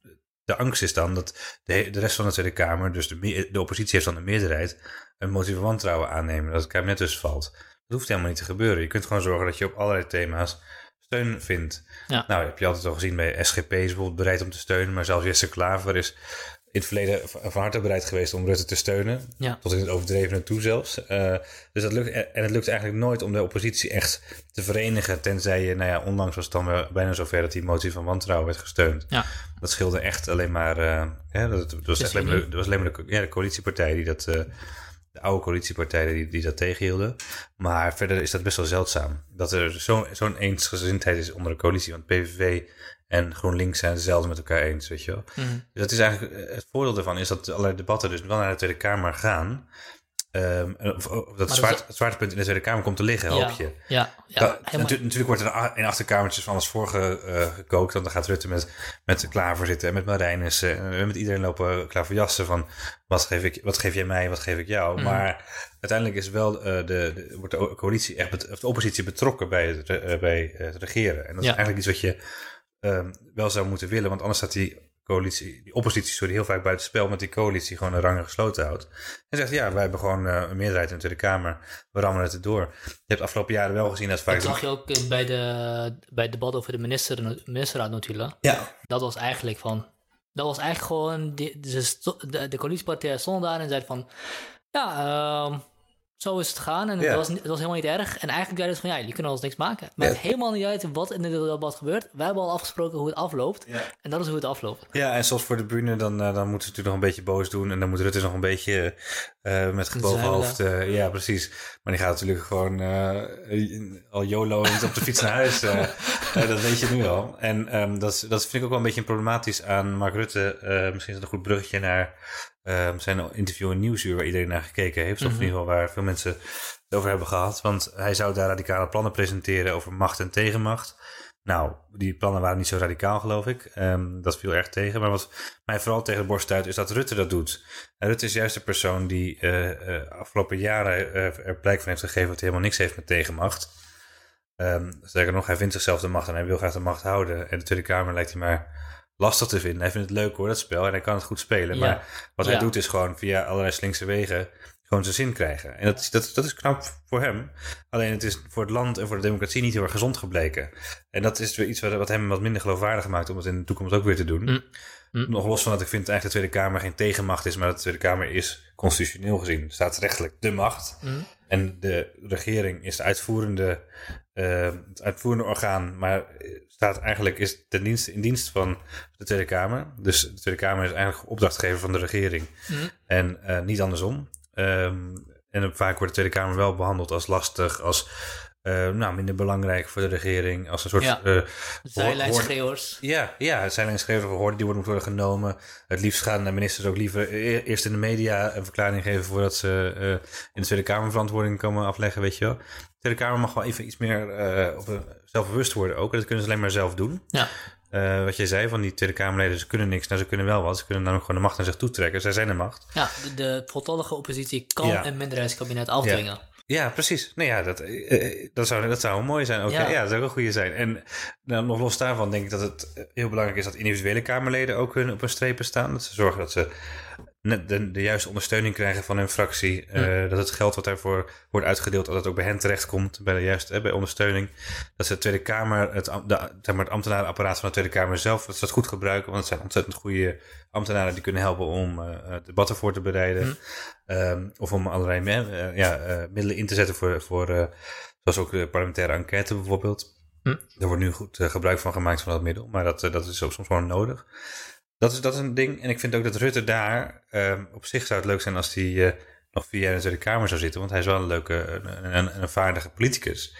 de angst is dan dat de, de rest van de Tweede Kamer, dus de, de oppositie heeft dan de meerderheid, een motie van wantrouwen aannemen, dat het kabinet dus valt. Dat hoeft helemaal niet te gebeuren. Je kunt gewoon zorgen dat je op allerlei thema's steun vindt. Ja. Nou, heb je altijd al gezien bij S G P is bijvoorbeeld bereid om te steunen, maar zelfs Jesse Klaver is in het verleden van harte bereid geweest om Rutte te steunen. Ja. Tot in het overdrevene toe zelfs. Uh, dus dat lukt, en het lukt eigenlijk nooit om de oppositie echt te verenigen, tenzij je, nou ja, onlangs was het dan wel bijna zover dat die motie van wantrouwen werd gesteund. Ja. Dat scheelde echt alleen maar, uh, ja, dat, dat, was echt alleen maar, dat was alleen maar de, ja, de coalitiepartij die dat, uh, de oude coalitiepartijen die, die dat tegenhielden. Maar verder is dat best wel zeldzaam. Dat er zo, zo'n eensgezindheid is onder de coalitie, want P V V en GroenLinks zijn hetzelfde met elkaar eens, weet je wel. Mm. Dus dat is eigenlijk, het voordeel daarvan is dat allerlei debatten dus wel naar de Tweede Kamer gaan. Um, of, of dat zwaarte, is... het zwaartepunt in de Tweede Kamer komt te liggen, ja, hoop je. Ja, ja, da, natu- natuurlijk wordt er in achterkamertjes van alles voorgekookt. Uh, want dan gaat Rutte met, met Klaver zitten en met Marijnissen. En met iedereen lopen klaverjassen van wat geef, ik, wat geef jij mij, wat geef ik jou. Mm. Maar uiteindelijk is wel uh, de, de, wordt de coalitie echt bet, of de oppositie betrokken bij het, uh, bij het regeren. En dat ja. is eigenlijk iets wat je um, wel zou moeten willen, want anders staat die coalitie, die oppositie, sorry, heel vaak buiten spel met die coalitie gewoon de rangen gesloten houdt. En zegt, ja, wij hebben gewoon uh, een meerderheid in de Tweede Kamer. We rammen het erdoor. Je hebt afgelopen jaren wel gezien dat vaak... Dat zag je ook bij, de, bij het debat over de minister, ministerraad natuurlijk. Ja. Dat was eigenlijk van... Dat was eigenlijk gewoon... Die, de, de, de coalitiepartijen stonden daar en zeiden van... Ja, uh, zo is het gegaan en ja. het, was, het was helemaal niet erg. En eigenlijk zeiden ze van, ja, jullie kunnen ons niks maken. Het maakt ja. helemaal niet uit wat in dit debat gebeurt. Wij hebben al afgesproken hoe het afloopt. Ja. En dat is hoe het afloopt. Ja, en zoals voor de bühne, dan, uh, dan moeten ze natuurlijk nog een beetje boos doen. En dan moet Rutte nog een beetje uh, met gebogen hoofd. Uh, ja, precies. Maar die gaat natuurlijk gewoon uh, al YOLO'end op de fiets naar huis. Uh, uh, dat weet je nu al. En um, dat, dat vind ik ook wel een beetje problematisch aan Mark Rutte. Uh, misschien is dat een goed bruggetje naar... Uh, zijn interview in Nieuwsuur waar iedereen naar gekeken heeft. Mm-hmm. Of in ieder geval waar veel mensen het over hebben gehad. Want hij zou daar radicale plannen presenteren over macht en tegenmacht. Nou, die plannen waren niet zo radicaal, geloof ik. Um, dat viel erg tegen. Maar wat mij vooral tegen de borst stuit is dat Rutte dat doet. En Rutte is juist de persoon die uh, uh, afgelopen jaren uh, er blijk van heeft gegeven dat hij helemaal niks heeft met tegenmacht. Um, sterker nog, hij vindt zichzelf de macht en hij wil graag de macht houden. En de Tweede Kamer lijkt hij maar lastig te vinden. Hij vindt het leuk hoor, dat spel. En hij kan het goed spelen. Ja. Maar wat hij ja. doet is gewoon via allerlei slinkse wegen gewoon zijn zin krijgen. En dat is, dat, dat is knap voor hem. Alleen het is voor het land en voor de democratie niet heel erg gezond gebleken. En dat is weer iets wat, wat hem wat minder geloofwaardig maakt om het in de toekomst ook weer te doen. Mm. Mm. Nog los van dat ik vind eigenlijk de Tweede Kamer geen tegenmacht is, maar dat de Tweede Kamer is constitutioneel gezien staatsrechtelijk de macht. Mm. En de regering is de uitvoerende, uh, het uitvoerende orgaan, maar staat eigenlijk is ten dienste, in dienst van de Tweede Kamer. Dus de Tweede Kamer is eigenlijk opdrachtgever van de regering. Mm. En uh, niet andersom. Um, en vaak wordt de Tweede Kamer wel behandeld als lastig, als uh, nou, minder belangrijk voor de regering. Als een soort... Ja. Uh, zijlijnschreeuwers. Ja, ja, zijlijnschreeuwers of hoorden die worden, moeten worden genomen. Het liefst gaan de ministers ook liever eerst in de media een verklaring geven voordat ze uh, in de Tweede Kamer verantwoording komen afleggen, weet je wel. De Tweede Kamer mag wel even iets meer uh, op, uh, zelfbewust worden ook. En dat kunnen ze alleen maar zelf doen. Ja. Uh, wat jij zei van die Tweede Kamerleden, ze kunnen niks, nou ze kunnen wel wat. Ze kunnen namelijk gewoon de macht naar zich toe trekken. Zij zijn de macht. Ja, de, de voltallige oppositie kan ja. een minderheidskabinet afdwingen. Ja. Ja, precies. Nee, ja, dat, uh, dat, zou, dat zou mooi zijn. Ook. Ja. ja, dat zou ook een goede zijn. En nou, nog los daarvan denk ik dat het heel belangrijk is dat individuele Kamerleden ook hun op hun strepen staan. Dat ze zorgen dat ze de, de, de juiste ondersteuning krijgen van hun fractie. Uh, mm. Dat het geld wat daarvoor wordt uitgedeeld, dat het ook bij hen terechtkomt, bij de juiste, eh, bij ondersteuning. Dat ze de Tweede Kamer, het, de, zeg maar het ambtenarenapparaat van de Tweede Kamer zelf, dat ze dat goed gebruiken. Want het zijn ontzettend goede ambtenaren die kunnen helpen om uh, debatten voor te bereiden. Mm. Um, of om allerlei uh, ja, uh, middelen in te zetten voor, voor uh, zoals ook de parlementaire enquête bijvoorbeeld. Mm. Daar wordt nu goed uh, gebruik van gemaakt van dat middel. Maar dat, uh, dat is soms gewoon nodig. Dat is, dat is een ding. En ik vind ook dat Rutte daar... Um, op zich zou het leuk zijn als hij uh, nog vier jaar in de Tweede Kamer zou zitten. Want hij is wel een leuke, een, een, een vaardige politicus.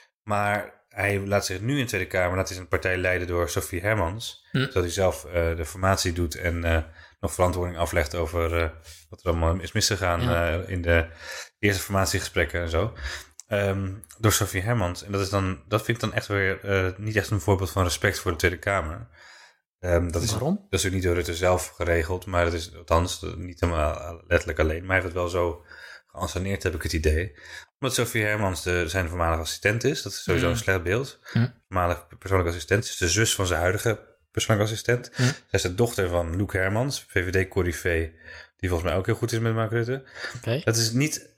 Maar hij laat zich nu in de Tweede Kamer... laat hij zijn partij leiden door Sophie Hermans. Hm. Zodat hij zelf uh, de formatie doet en uh, nog verantwoording aflegt over uh, wat er allemaal is misgegaan ja. uh, in de eerste formatiegesprekken en zo. Um, door Sophie Hermans. En dat, is dan, dat vind ik dan echt weer uh, niet echt een voorbeeld van respect voor de Tweede Kamer. Um, dat is, Waarom? Dat is natuurlijk niet door Rutte zelf geregeld, maar dat is althans niet helemaal letterlijk alleen. Maar hij heeft het wel zo geanceneerd, heb ik het idee. Omdat Sophie Hermans de, zijn voormalige assistent is. Dat is sowieso mm. een slecht beeld. Mm. Voormalig persoonlijke assistent. Ze is de zus van zijn huidige persoonlijke assistent. Mm. Zij is de dochter van Loek Hermans, V V D-corrivee, die volgens mij ook heel goed is met Mark Rutte. Okay. Dat is niet...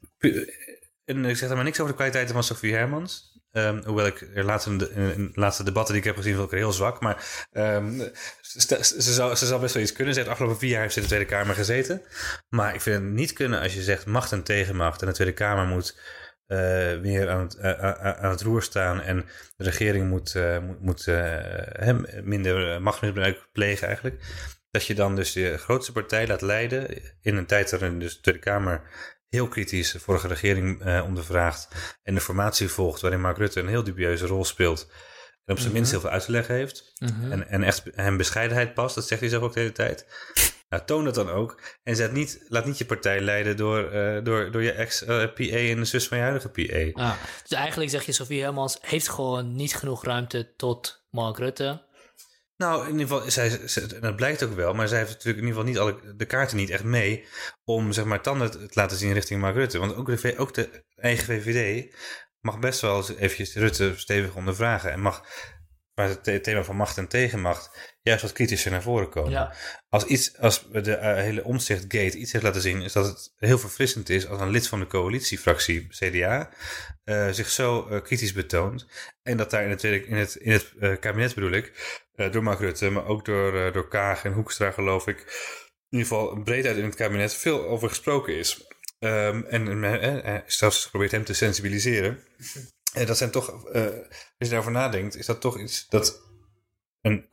En ik zeg er maar niks over de kwaliteiten van Sophie Hermans. Um, hoewel ik er laatste, in de, in de laatste debatten die ik heb gezien, vond ik er heel zwak. Maar um, ze, ze, zal, ze zal best wel iets kunnen. Ze heeft afgelopen vier jaar heeft ze in de Tweede Kamer gezeten. Maar ik vind het niet kunnen als je zegt macht en tegenmacht. En de Tweede Kamer moet uh, weer aan het, uh, aan het roer staan. En de regering moet, uh, moet, moet uh, hem minder machtsmisbruik plegen eigenlijk. Dat je dan dus de grootste partij laat leiden in een tijd waarin dus de Tweede Kamer heel kritisch de vorige regering uh, ondervraagt en de formatie volgt, waarin Mark Rutte een heel dubieuze rol speelt en op zijn mm-hmm. minst heel veel uit te leggen heeft mm-hmm. en, en echt hem bescheidenheid past, dat zegt hij zelf ook de hele tijd. Nou, toon dat dan ook en zet niet, laat niet je partij leiden door, uh, door, door je ex-P A uh, en de zus van je huidige P A. Ah, dus eigenlijk zeg je, Sophie Hermans heeft gewoon niet genoeg ruimte tot Mark Rutte. Nou, in ieder geval, zij, zij, dat blijkt ook wel, maar zij heeft natuurlijk in ieder geval niet alle de kaarten niet echt mee om, zeg maar, tanden te laten zien richting Mark Rutte. Want ook de, ook de eigen V V D mag best wel eens eventjes Rutte stevig ondervragen en mag, waar het thema van macht en tegenmacht, juist wat kritischer naar voren komen. Ja. Als iets, als de uh, hele Omtzigt-gate iets heeft laten zien, is dat het heel verfrissend is als een lid van de coalitiefractie C D A uh, zich zo uh, kritisch betoont. En dat daar in het, in het, in het uh, kabinet bedoel ik, uh, door Mark Rutte, maar ook door, uh, door Kaag en Hoekstra geloof ik, in ieder geval breed uit in het kabinet veel over gesproken is. Um, en uh, uh, zelfs geprobeerd hem te sensibiliseren. En dat zijn toch, uh, als je daarover nadenkt, is dat toch iets dat een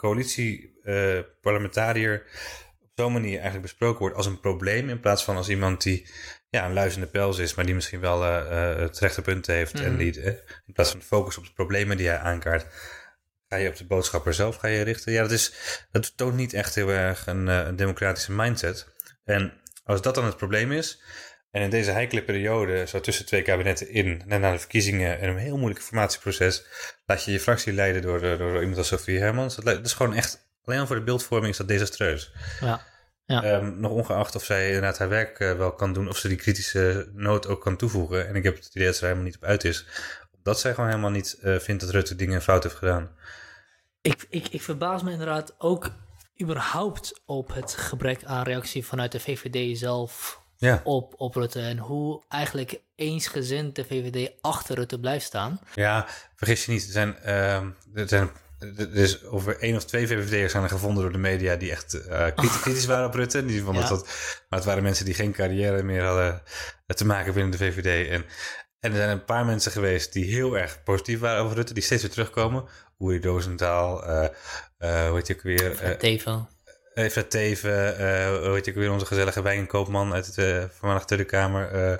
coalitie-parlementariër uh, op zo'n manier eigenlijk besproken wordt als een probleem, in plaats van als iemand die ja, een luizende pels is, maar die misschien wel uh, uh, het rechte punt heeft. Mm-hmm. En die, uh, in plaats van de focus op de problemen die hij aankaart, ga je op de boodschapper zelf ga je richten. Ja, dat, is, dat toont niet echt heel erg een, uh, een democratische mindset. En als dat dan het probleem is, en in deze heikele periode, zo tussen twee kabinetten in, net na de verkiezingen en een heel moeilijk formatieproces, laat je je fractie leiden door, door, door iemand als Sophie Hermans. Dat, dat is gewoon echt, alleen al voor de beeldvorming is dat desastreus. Ja. Ja. Um, nog ongeacht of zij inderdaad haar werk uh, wel kan doen, of ze die kritische noot ook kan toevoegen. En ik heb het idee dat ze er helemaal niet op uit is. Omdat zij gewoon helemaal niet uh, vindt dat Rutte dingen fout heeft gedaan. Ik, ik, ik verbaas me inderdaad ook überhaupt op het gebrek aan reactie vanuit de V V D zelf. Ja. Op, op Rutte en hoe eigenlijk eensgezind de V V D achter Rutte blijft staan. Ja, vergis je niet. Er zijn, uh, er zijn er is over één of twee V V D'ers zijn er gevonden door de media die echt uh, kritisch waren op Rutte. Die vonden ja. dat, maar het waren mensen die geen carrière meer hadden te maken binnen de V V D. En, en er zijn een paar mensen geweest die heel erg positief waren over Rutte, die steeds weer terugkomen. Uri Rosenthal, uh, uh, hoe heet je ook weer? Uh, Teven. Even Teven, uh, hoe heet ik weer, onze gezellige wijnkoopman uit de uh, voormalige Tweede Kamer. Uh,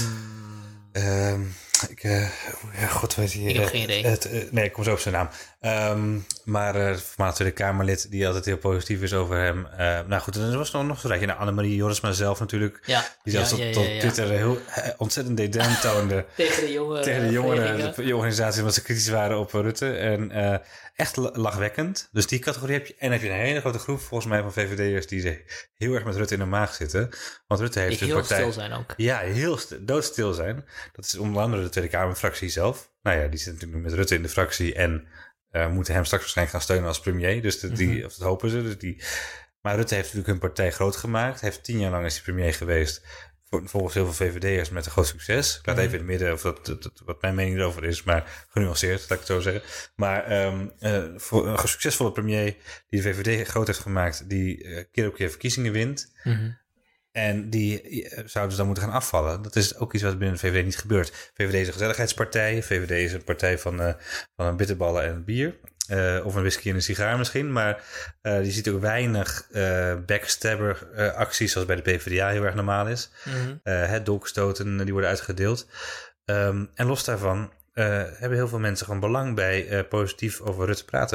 mm. uh, ik, uh, ja, god weet je. Ik heb uh, geen idee. Het, uh, nee, ik kom zo op zijn naam. Um, maar uh, voormalige Tweede Kamerlid die altijd heel positief is over hem. Uh, nou goed, er was nog, nog zo rijtje. Nou, Annemarie Jorisma zelf natuurlijk. Ja. Die zelfs ja, tot, ja, ja, tot ja. Twitter heel uh, ontzettend dédain toonde. tegen de jongeren. Tegen de jongeren, de organisaties, omdat ze kritisch waren op Rutte. En uh, echt lachwekkend. Dus die categorie heb je. En heb je een hele grote groep volgens mij van V V D'ers die heel erg met Rutte in de maag zitten. Want Rutte heeft die de heel partij... stil zijn ook. Ja, heel st- doodstil zijn. Dat is onder andere de Tweede Kamerfractie zelf. Nou ja, die zit natuurlijk met Rutte in de fractie en uh, moeten hem straks waarschijnlijk gaan steunen als premier. Dus de, die, mm-hmm. of dat hopen ze. Dus die... Maar Rutte heeft natuurlijk hun partij groot gemaakt. Hij heeft tien jaar lang is hij premier geweest. Volgens heel veel V V D'ers met een groot succes. Ik laat even in het midden of dat, dat, dat, wat mijn mening erover is, maar genuanceerd, laat ik het zo zeggen. Maar um, uh, voor een succesvolle premier die de V V D groot heeft gemaakt, die uh, keer op keer verkiezingen wint. Mm-hmm. En die uh, zouden ze dan moeten gaan afvallen. Dat is ook iets wat binnen de V V D niet gebeurt. V V D is een gezelligheidspartij. V V D is een partij van, uh, van bitterballen en bier. Uh, of een whisky en een sigaar misschien. Maar uh, je ziet ook weinig uh, backstabber uh, acties zoals bij de P v d A heel erg normaal is. Mm-hmm. Uh, het dolkstoten die worden uitgedeeld. Um, en los daarvan uh, hebben heel veel mensen gewoon belang bij uh, positief over Rutte praten.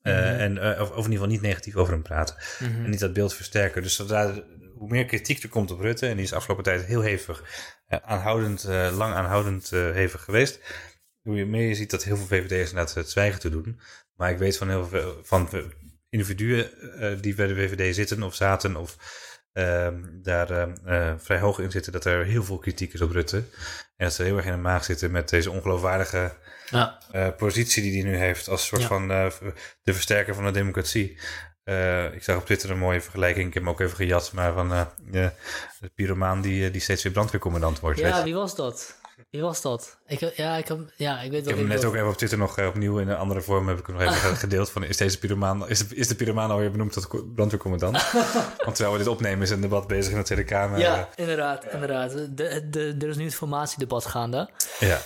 Uh, mm-hmm. en, uh, of, of in ieder geval niet negatief over hem praten. Mm-hmm. En niet dat beeld versterken. Dus zodra, hoe meer kritiek er komt op Rutte, en die is de afgelopen tijd heel hevig, uh, aanhoudend, uh, lang aanhoudend uh, hevig geweest, hoe je meer je ziet dat heel veel V V D'ers inderdaad het zwijgen te doen. Maar ik weet van heel veel van individuen uh, die bij de V V D zitten of zaten of uh, daar uh, uh, vrij hoog in zitten, dat er heel veel kritiek is op Rutte. En dat ze heel erg in de maag zitten met deze ongeloofwaardige ja. uh, positie die hij nu heeft als soort ja. van uh, de versterker van de democratie. Uh, ik zag op Twitter een mooie vergelijking, ik heb hem ook even gejat, maar van uh, de, de pyromaan die, die steeds weer brandweercommandant wordt. Ja, wie was dat? Wie was dat? Ik, ja, ik, heb, ja, ik weet ik heb hem net dat... ook even op Twitter nog uh, opnieuw in een andere vorm heb ik hem nog even gedeeld van is deze pyromaan, is de, is de pyromaan alweer benoemd tot brandweercommandant? Want terwijl we dit opnemen is een debat bezig in de Tweede Kamer. Ja, uh, ja. inderdaad, inderdaad. De, de, er is nu het formatiedebat gaande. Ja,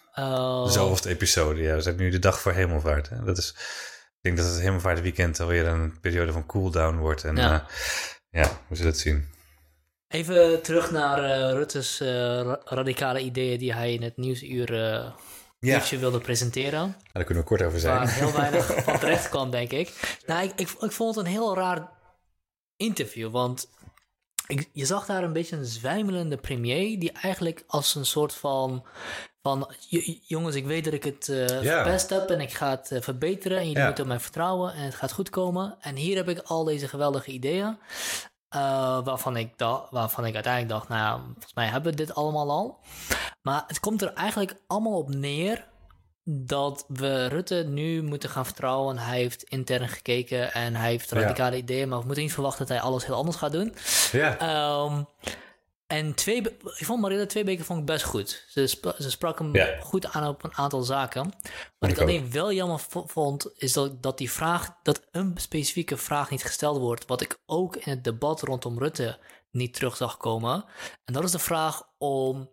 uh, zoveelste episode. Ja, we zijn nu de dag voor Hemelvaart. Hè? Dat is, ik denk dat het Hemelvaartweekend alweer een periode van cooldown wordt. En ja, uh, ja we zullen het zien. Even terug naar uh, Rutte's uh, ra- radicale ideeën die hij in het Nieuwsuur uh, ja. wilde presenteren. Ja, daar kunnen we kort over zijn. Waar heel weinig van terecht kwam, denk ik. Nou, ik, ik, ik vond het een heel raar interview, want ik, je zag daar een beetje een zwijmelende premier die eigenlijk als een soort van... van jongens, ik weet dat ik het uh, ja. verpest heb en ik ga het uh, verbeteren en jullie ja. moeten op mij vertrouwen en het gaat goed komen. En hier heb ik al deze geweldige ideeën. Uh, waarvan, ik dacht, waarvan ik uiteindelijk dacht, nou ja, volgens mij hebben we dit allemaal al. Maar het komt er eigenlijk allemaal op neer dat we Rutte nu moeten gaan vertrouwen. Hij heeft intern gekeken en hij heeft radicale ja. ideeën, maar we moeten niet verwachten dat hij alles heel anders gaat doen. Ja. Um, en twee, ik vond Marielle Tweebeke vond ik best goed. Ze, sp- ze sprak hem ja. goed aan op een aantal zaken. Wat ik, ik alleen wel jammer vond, is dat, dat die vraag, dat een specifieke vraag niet gesteld wordt, wat ik ook in het debat rondom Rutte niet terug zag komen. En dat is de vraag om...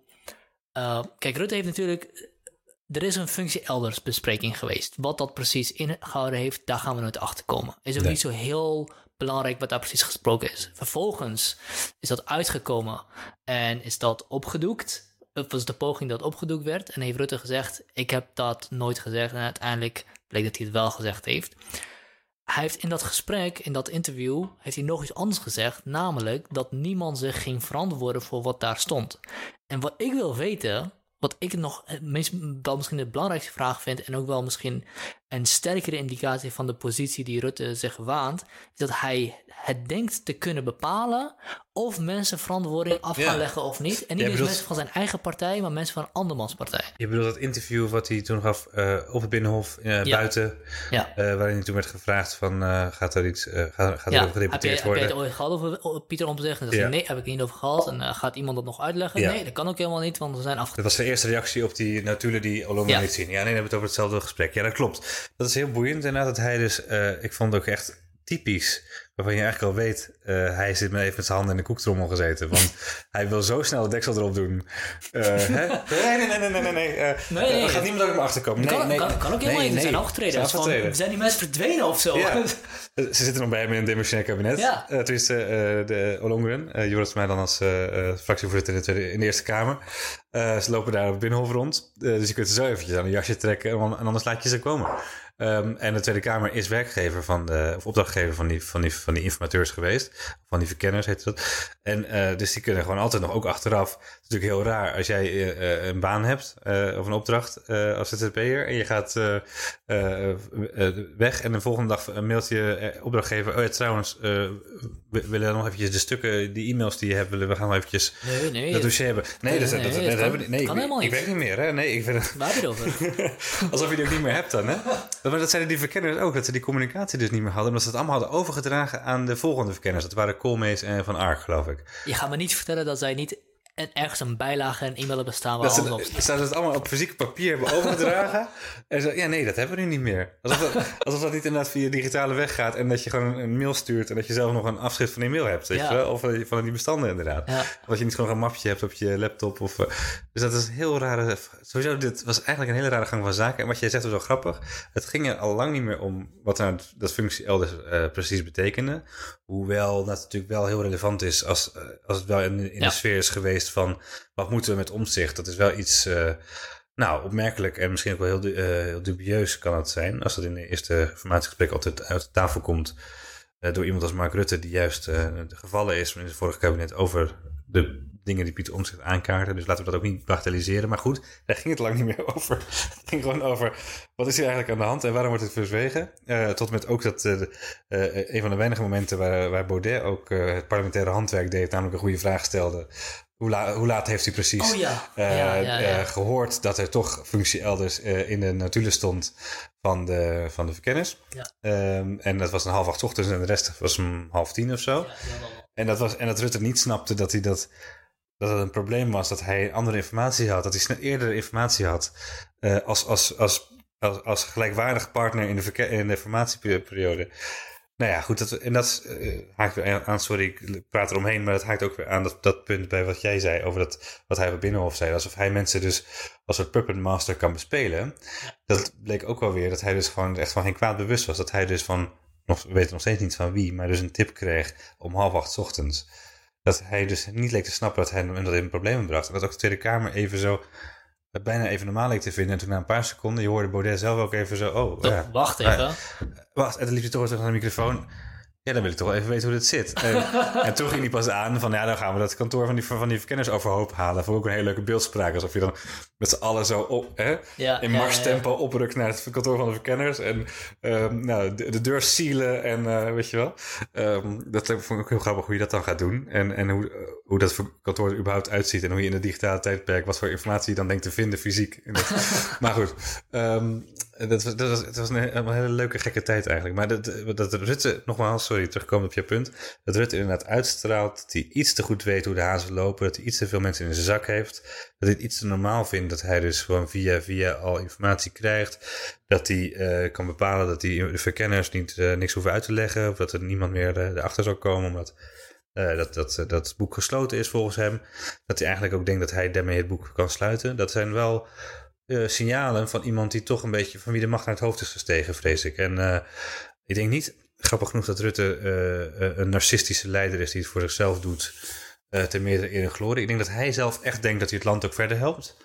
Uh, kijk, Rutte heeft natuurlijk... Er is een functie elders bespreking geweest. Wat dat precies ingehouden heeft, daar gaan we nooit achter komen. Is ook nee. niet zo heel belangrijk wat daar precies gesproken is. Vervolgens is dat uitgekomen en is dat opgedoekt. Het was de poging dat opgedoekt werd. En heeft Rutte gezegd, ik heb dat nooit gezegd. En uiteindelijk bleek dat hij het wel gezegd heeft. Hij heeft in dat gesprek, in dat interview, heeft hij nog iets anders gezegd. Namelijk dat niemand zich ging verantwoorden voor wat daar stond. En wat ik wil weten... Wat ik nog wel misschien de belangrijkste vraag vind... en ook wel misschien een sterkere indicatie van de positie die Rutte zich waant... is dat hij het denkt te kunnen bepalen... of mensen verantwoording af gaan ja. leggen of niet. En niet eens mensen van zijn eigen partij... maar mensen van een andermans partij. Je bedoelt dat interview wat hij toen gaf uh, op het Binnenhof uh, ja. buiten... Ja. Uh, waarin hij toen werd gevraagd van... Uh, gaat er iets uh, gaat, gaat ja. er over gedebatteerd heb je, worden? Heb je het ooit gehad over Pieter Omtzigt? En dan ja. nee, heb ik er niet over gehad. En uh, gaat iemand dat nog uitleggen? Ja. Nee, dat kan ook helemaal niet, want we zijn afge... Dat was de eerste reactie op die notulen die Ollongren ja. liet zien. Ja, nee, dan hebben we het over hetzelfde gesprek. Ja, dat klopt. Dat is heel boeiend inderdaad dat hij dus... Uh, ik vond het ook echt typisch... waarvan je eigenlijk al weet... Uh, hij zit met even met zijn handen in de koektrommel gezeten. Want hij wil zo snel de deksel erop doen. Uh, hè? Nee, nee, nee, nee, nee. nee. Uh, nee, nee. Er gaat niemand ook me achterkomen. Nee, kan, nee. Kan, kan ook helemaal nee, niet. Nee, zijn afgetreden. Van, zijn die mensen verdwenen of zo? Ja. Ze zitten nog bij hem in een demissionair kabinet. Ja. Uh, tenminste, uh, de Ollongren. Uh, Joris mij dan als uh, uh, fractievoorzitter in de, tweede, in de Eerste Kamer. Uh, ze lopen daar op het Binnenhof rond. Uh, dus je kunt er zo eventjes aan een jasje trekken. En anders laat je ze komen. Um, en de Tweede Kamer is werkgever van de, of opdrachtgever van die, van die, van die informateurs geweest. Van die verkenners heet dat. En uh, dus die kunnen gewoon altijd nog ook achteraf. Het is natuurlijk heel raar als jij uh, een baan hebt uh, of een opdracht uh, als Z Z P'er. En je gaat uh, uh, uh, weg en de volgende dag mailt je uh, opdrachtgever. Oh ja, trouwens, uh, we willen nog eventjes de stukken, die e-mails die je hebt, willen we gaan nog eventjes nee, nee, dat dossier hebben. Nee, dat, nee, dat, dat, nee, dat, dat hebben we niet. Nee, kan ik, helemaal ik niet. werk niet meer, hè? Nee, ik vind waar heb je het over? Alsof je die ook niet meer hebt dan, hè? Maar dat zeiden die verkenners ook, dat ze die communicatie dus niet meer hadden, omdat ze het allemaal hadden overgedragen aan de volgende verkenners. Dat waren Koolmees en Van Ark, geloof ik. Je gaat me niet vertellen dat zij niet en ergens een bijlage en e-mail hebben staan waar dat alles op staat. Dat ze het allemaal op fysiek papier hebben overgedragen. En zo, ja, nee, dat hebben we nu niet meer. Alsof dat, alsof dat niet inderdaad via digitale weg gaat en dat je gewoon een mail stuurt en dat je zelf nog een afschrift van die mail hebt. Weet ja. je wel? Of van die bestanden inderdaad. Ja. Of dat je niet gewoon een mapje hebt op je laptop. Of, dus dat is een heel rare... Sowieso, dit was eigenlijk een hele rare gang van zaken. En wat jij zegt was wel grappig. Het ging er al lang niet meer om wat nou dat functie elders uh, precies betekende. Hoewel dat natuurlijk wel heel relevant is als, uh, als het wel in, in ja. de sfeer is geweest van wat moeten we met Omtzigt. Dat is wel iets... Uh, Nou, opmerkelijk en misschien ook wel heel, uh, heel dubieus kan het zijn, als dat in de eerste formatiegesprek altijd uit de tafel komt uh, door iemand als Mark Rutte, die juist uh, gevallen is in het vorige kabinet over de dingen die Pieter Omtzigt aankaarten. Dus laten we dat ook niet bagatelliseren. Maar goed, daar ging het lang niet meer over. Het ging gewoon over, wat is hier eigenlijk aan de hand en waarom wordt het verzwegen? Uh, tot met ook dat uh, uh, een van de weinige momenten waar, waar Baudet ook uh, het parlementaire handwerk deed, namelijk een goede vraag stelde. Hoe, la- hoe laat heeft hij precies oh, ja. Uh, ja, ja, ja. Uh, gehoord dat er toch functie elders uh, in de notulen stond van de, van de verkenners? Ja. Um, en dat was een half acht ochtends en de rest was om half tien of zo. Ja, en, dat was, en dat Rutte niet snapte dat hij dat... dat het een probleem was dat hij andere informatie had, dat hij snel eerder informatie had uh, als, als, als, als, als gelijkwaardig partner in de, verke- in de formatieperiode. Nou ja, goed, dat, en dat uh, haakt weer aan, sorry, ik praat eromheen, maar dat haakt ook weer aan dat, dat punt bij wat jij zei over dat, wat hij bij Binnenhof zei, alsof hij mensen dus als een puppet master kan bespelen. Dat bleek ook wel weer dat hij dus gewoon echt van geen kwaad bewust was, dat hij dus van, nog, we weten nog steeds niet van wie, maar dus een tip kreeg om half acht 's ochtends. Dat hij dus niet leek te snappen dat hij dat in problemen bracht. En dat ook de Tweede Kamer even zo, het bijna even normaal leek te vinden. En toen na een paar seconden, je hoorde Baudet zelf ook even zo, oh, Toch, ja. Wacht even. Ja, wacht, en dan liep hij toch terug naar de microfoon. Ja, dan wil ik toch wel even weten hoe dit zit. En, en toen ging hij pas aan van, ja, dan gaan we dat kantoor van die, van die verkenners overhoop halen. Dat vond ik ook een hele leuke beeldspraak. Alsof je dan met z'n allen zo op, hè, ja, in ja, marstempo ja, ja. oprukt naar het kantoor van de verkenners. En um, nou, de, de deur sealen en uh, weet je wel. Um, dat vond ik ook heel grappig hoe je dat dan gaat doen. En, en hoe, uh, hoe dat kantoor er überhaupt uitziet. En hoe je in het digitale tijdperk, wat voor informatie je dan denkt te vinden fysiek. Dat, maar goed, um, dat was, dat was, het was een, een hele leuke gekke tijd eigenlijk. Maar dat, dat Rutte, nogmaals, sorry, terugkomen op je punt. Dat Rutte inderdaad uitstraalt dat hij iets te goed weet hoe de hazen lopen. Dat hij iets te veel mensen in zijn zak heeft. Dat hij het iets te normaal vindt dat hij dus gewoon via via al informatie krijgt. Dat hij uh, kan bepalen dat die de verkenners niet uh, niks hoeven uit te leggen. Of dat er niemand meer uh, erachter zal komen. Omdat uh, dat, dat, uh, dat het boek gesloten is volgens hem. Dat hij eigenlijk ook denkt dat hij daarmee het boek kan sluiten. Dat zijn wel uh, signalen van iemand die toch een beetje van wie de macht naar het hoofd is gestegen, vrees ik. En uh, ik denk niet, grappig genoeg, dat Rutte uh, een narcistische leider is die het voor zichzelf doet. Uh, ten meerdere eer en glorie. Ik denk dat hij zelf echt denkt dat hij het land ook verder helpt.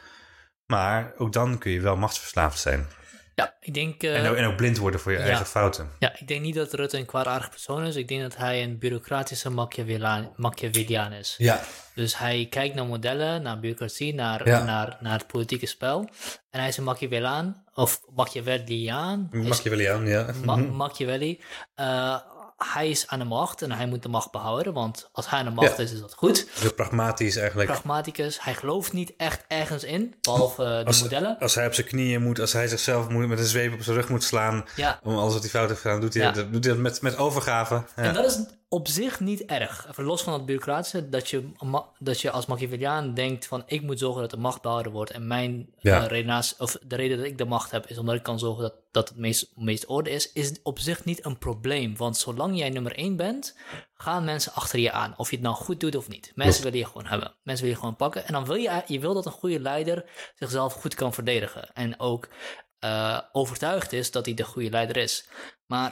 Maar ook dan kun je wel machtsverslaafd zijn. Ja, ik denk... Uh, en, ook, en ook blind worden voor je ja. eigen fouten. Ja, ik denk niet dat Rutte een kwaadaardig persoon is. Ik denk dat hij een bureaucratische Machiavelliaan, Machiavelliaan is. Ja. Dus hij kijkt naar modellen, naar bureaucratie, naar, ja. naar, naar het politieke spel. En hij is een Machiavelliaan, of Machiavelliaan. Machiavelliaan, ja. Ma- Machiavelli. Uh, hij is aan de macht en hij moet de macht behouden, want als hij aan de macht ja. is, is dat goed. Heel pragmatisch eigenlijk. Pragmaticus. Hij gelooft niet echt ergens in, behalve uh, de als, modellen. Als hij op zijn knieën moet, als hij zichzelf moet, met een zweep op zijn rug moet slaan, ja. om alles wat hij fout heeft gedaan, doet hij, ja. dat, doet hij dat met, met overgave. Ja. En dat is op zich niet erg. Even los van het bureaucratische, dat je, dat je als Machiavelliaan denkt van, ik moet zorgen dat de macht behouden wordt. En mijn ja. uh, redenatie, of de reden dat ik de macht heb, is omdat ik kan zorgen dat, dat het meest, meest orde is, is op zich niet een probleem. Want zolang jij nummer één bent, gaan mensen achter je aan. Of je het nou goed doet of niet. Mensen willen je gewoon hebben. Mensen willen je gewoon pakken. En dan wil je, je wil dat een goede leider zichzelf goed kan verdedigen. En ook uh, overtuigd is dat hij de goede leider is. Maar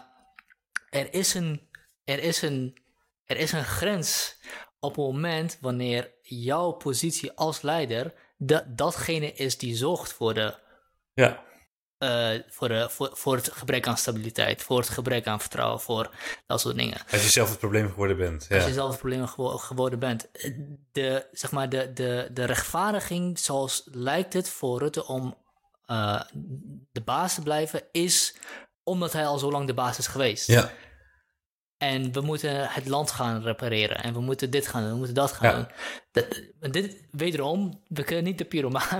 er is een Er is, een, er is een grens op het moment wanneer jouw positie als leider de, datgene is die zorgt voor, de, ja. uh, voor, de, voor, voor het gebrek aan stabiliteit, voor het gebrek aan vertrouwen, voor dat soort dingen. Als je zelf het probleem geworden bent. Ja. Als je zelf het probleem gewo- geworden bent. De, zeg maar de, de, de rechtvaardiging, zoals lijkt het voor Rutte om uh, de baas te blijven, is omdat hij al zo lang de baas is geweest. Ja. En we moeten het land gaan repareren. En we moeten dit gaan doen. We moeten dat gaan ja. doen. Dat, dit, wederom, we kunnen niet de pyromaan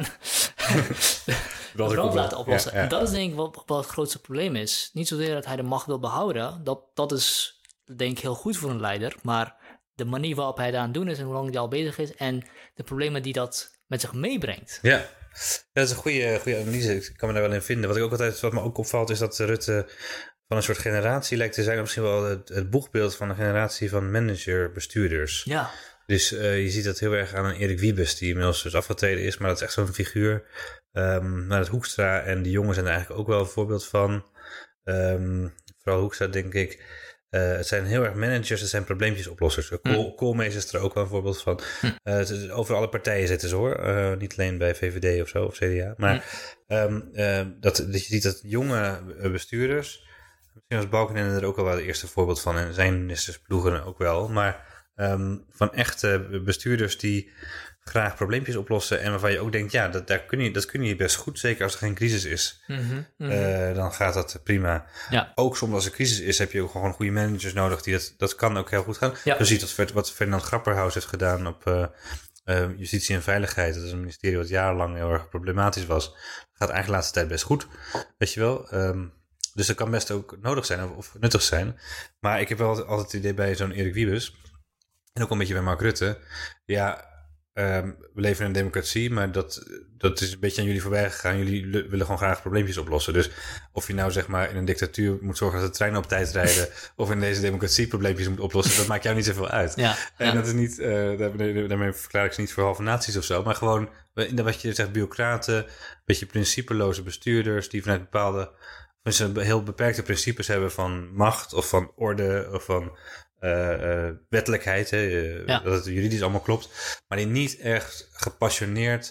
de brand laten oplossen. Ja, ja. En dat is denk ik wat, wat het grootste probleem is. Niet zozeer dat hij de macht wil behouden. Dat, dat is denk ik heel goed voor een leider. Maar de manier waarop hij daar aan het doen is en hoe lang hij al bezig is. En de problemen die dat met zich meebrengt. Ja, dat is een goede, goede analyse. Ik kan me daar wel in vinden. Wat ik ook altijd, wat me ook opvalt, is dat Rutte van een soort generatie lijkt te zijn, misschien wel het, het boegbeeld van een generatie van manager-bestuurders. Ja. Dus uh, je ziet dat heel erg aan een Erik Wiebes, die inmiddels dus afgetreden is, maar dat is echt zo'n figuur. Um, maar het Hoekstra en die jongens zijn er eigenlijk ook wel een voorbeeld van. Um, vooral Hoekstra, denk ik. Uh, het zijn heel erg managers, het zijn probleempjesoplossers. Kool, hm. Koolmees is er ook wel een voorbeeld van. Hm. Uh, het is, over alle partijen zitten ze hoor. Uh, niet alleen bij V V D of zo, of C D A. Maar hm. um, uh, dat, dat je ziet dat jonge bestuurders... Misschien was Balkenende er ook al wel het eerste voorbeeld van. En zijn ministers ploegen ook wel. Maar um, van echte bestuurders die graag probleempjes oplossen. En waarvan je ook denkt, ja, dat, daar kun je, dat kun je best goed. Zeker als er geen crisis is. Mm-hmm, mm-hmm. Uh, dan gaat dat prima. Ja. Ook soms als er crisis is, heb je ook gewoon goede managers nodig. Die dat, dat kan ook heel goed gaan. Ja. Je ziet wat, wat Ferdinand Grapperhaus heeft gedaan op uh, uh, Justitie en Veiligheid. Dat is een ministerie wat jarenlang heel erg problematisch was. Dat gaat eigenlijk de laatste tijd best goed. Weet je wel. Um, Dus dat kan best ook nodig zijn of, of nuttig zijn. Maar ik heb wel altijd, altijd het idee bij zo'n Erik Wiebes... en ook een beetje bij Mark Rutte... ja, um, we leven in een democratie... maar dat, dat is een beetje aan jullie voorbij gegaan. Jullie l- willen gewoon graag probleempjes oplossen. Dus of je nou zeg maar in een dictatuur moet zorgen... dat de treinen op tijd rijden... of in deze democratie probleempjes moet oplossen... dat maakt jou niet zoveel uit. Ja, en ja. dat is niet... Uh, daarmee, daarmee verklaar ik ze niet voor halve naties of zo... maar gewoon, in wat je zegt, bureaucraten... een beetje principeloze bestuurders... die vanuit bepaalde... Dus ze heel beperkte principes hebben van macht of van orde of van uh, uh, wettelijkheid. Hè, uh, ja. Dat het juridisch allemaal klopt. Maar die niet echt gepassioneerd,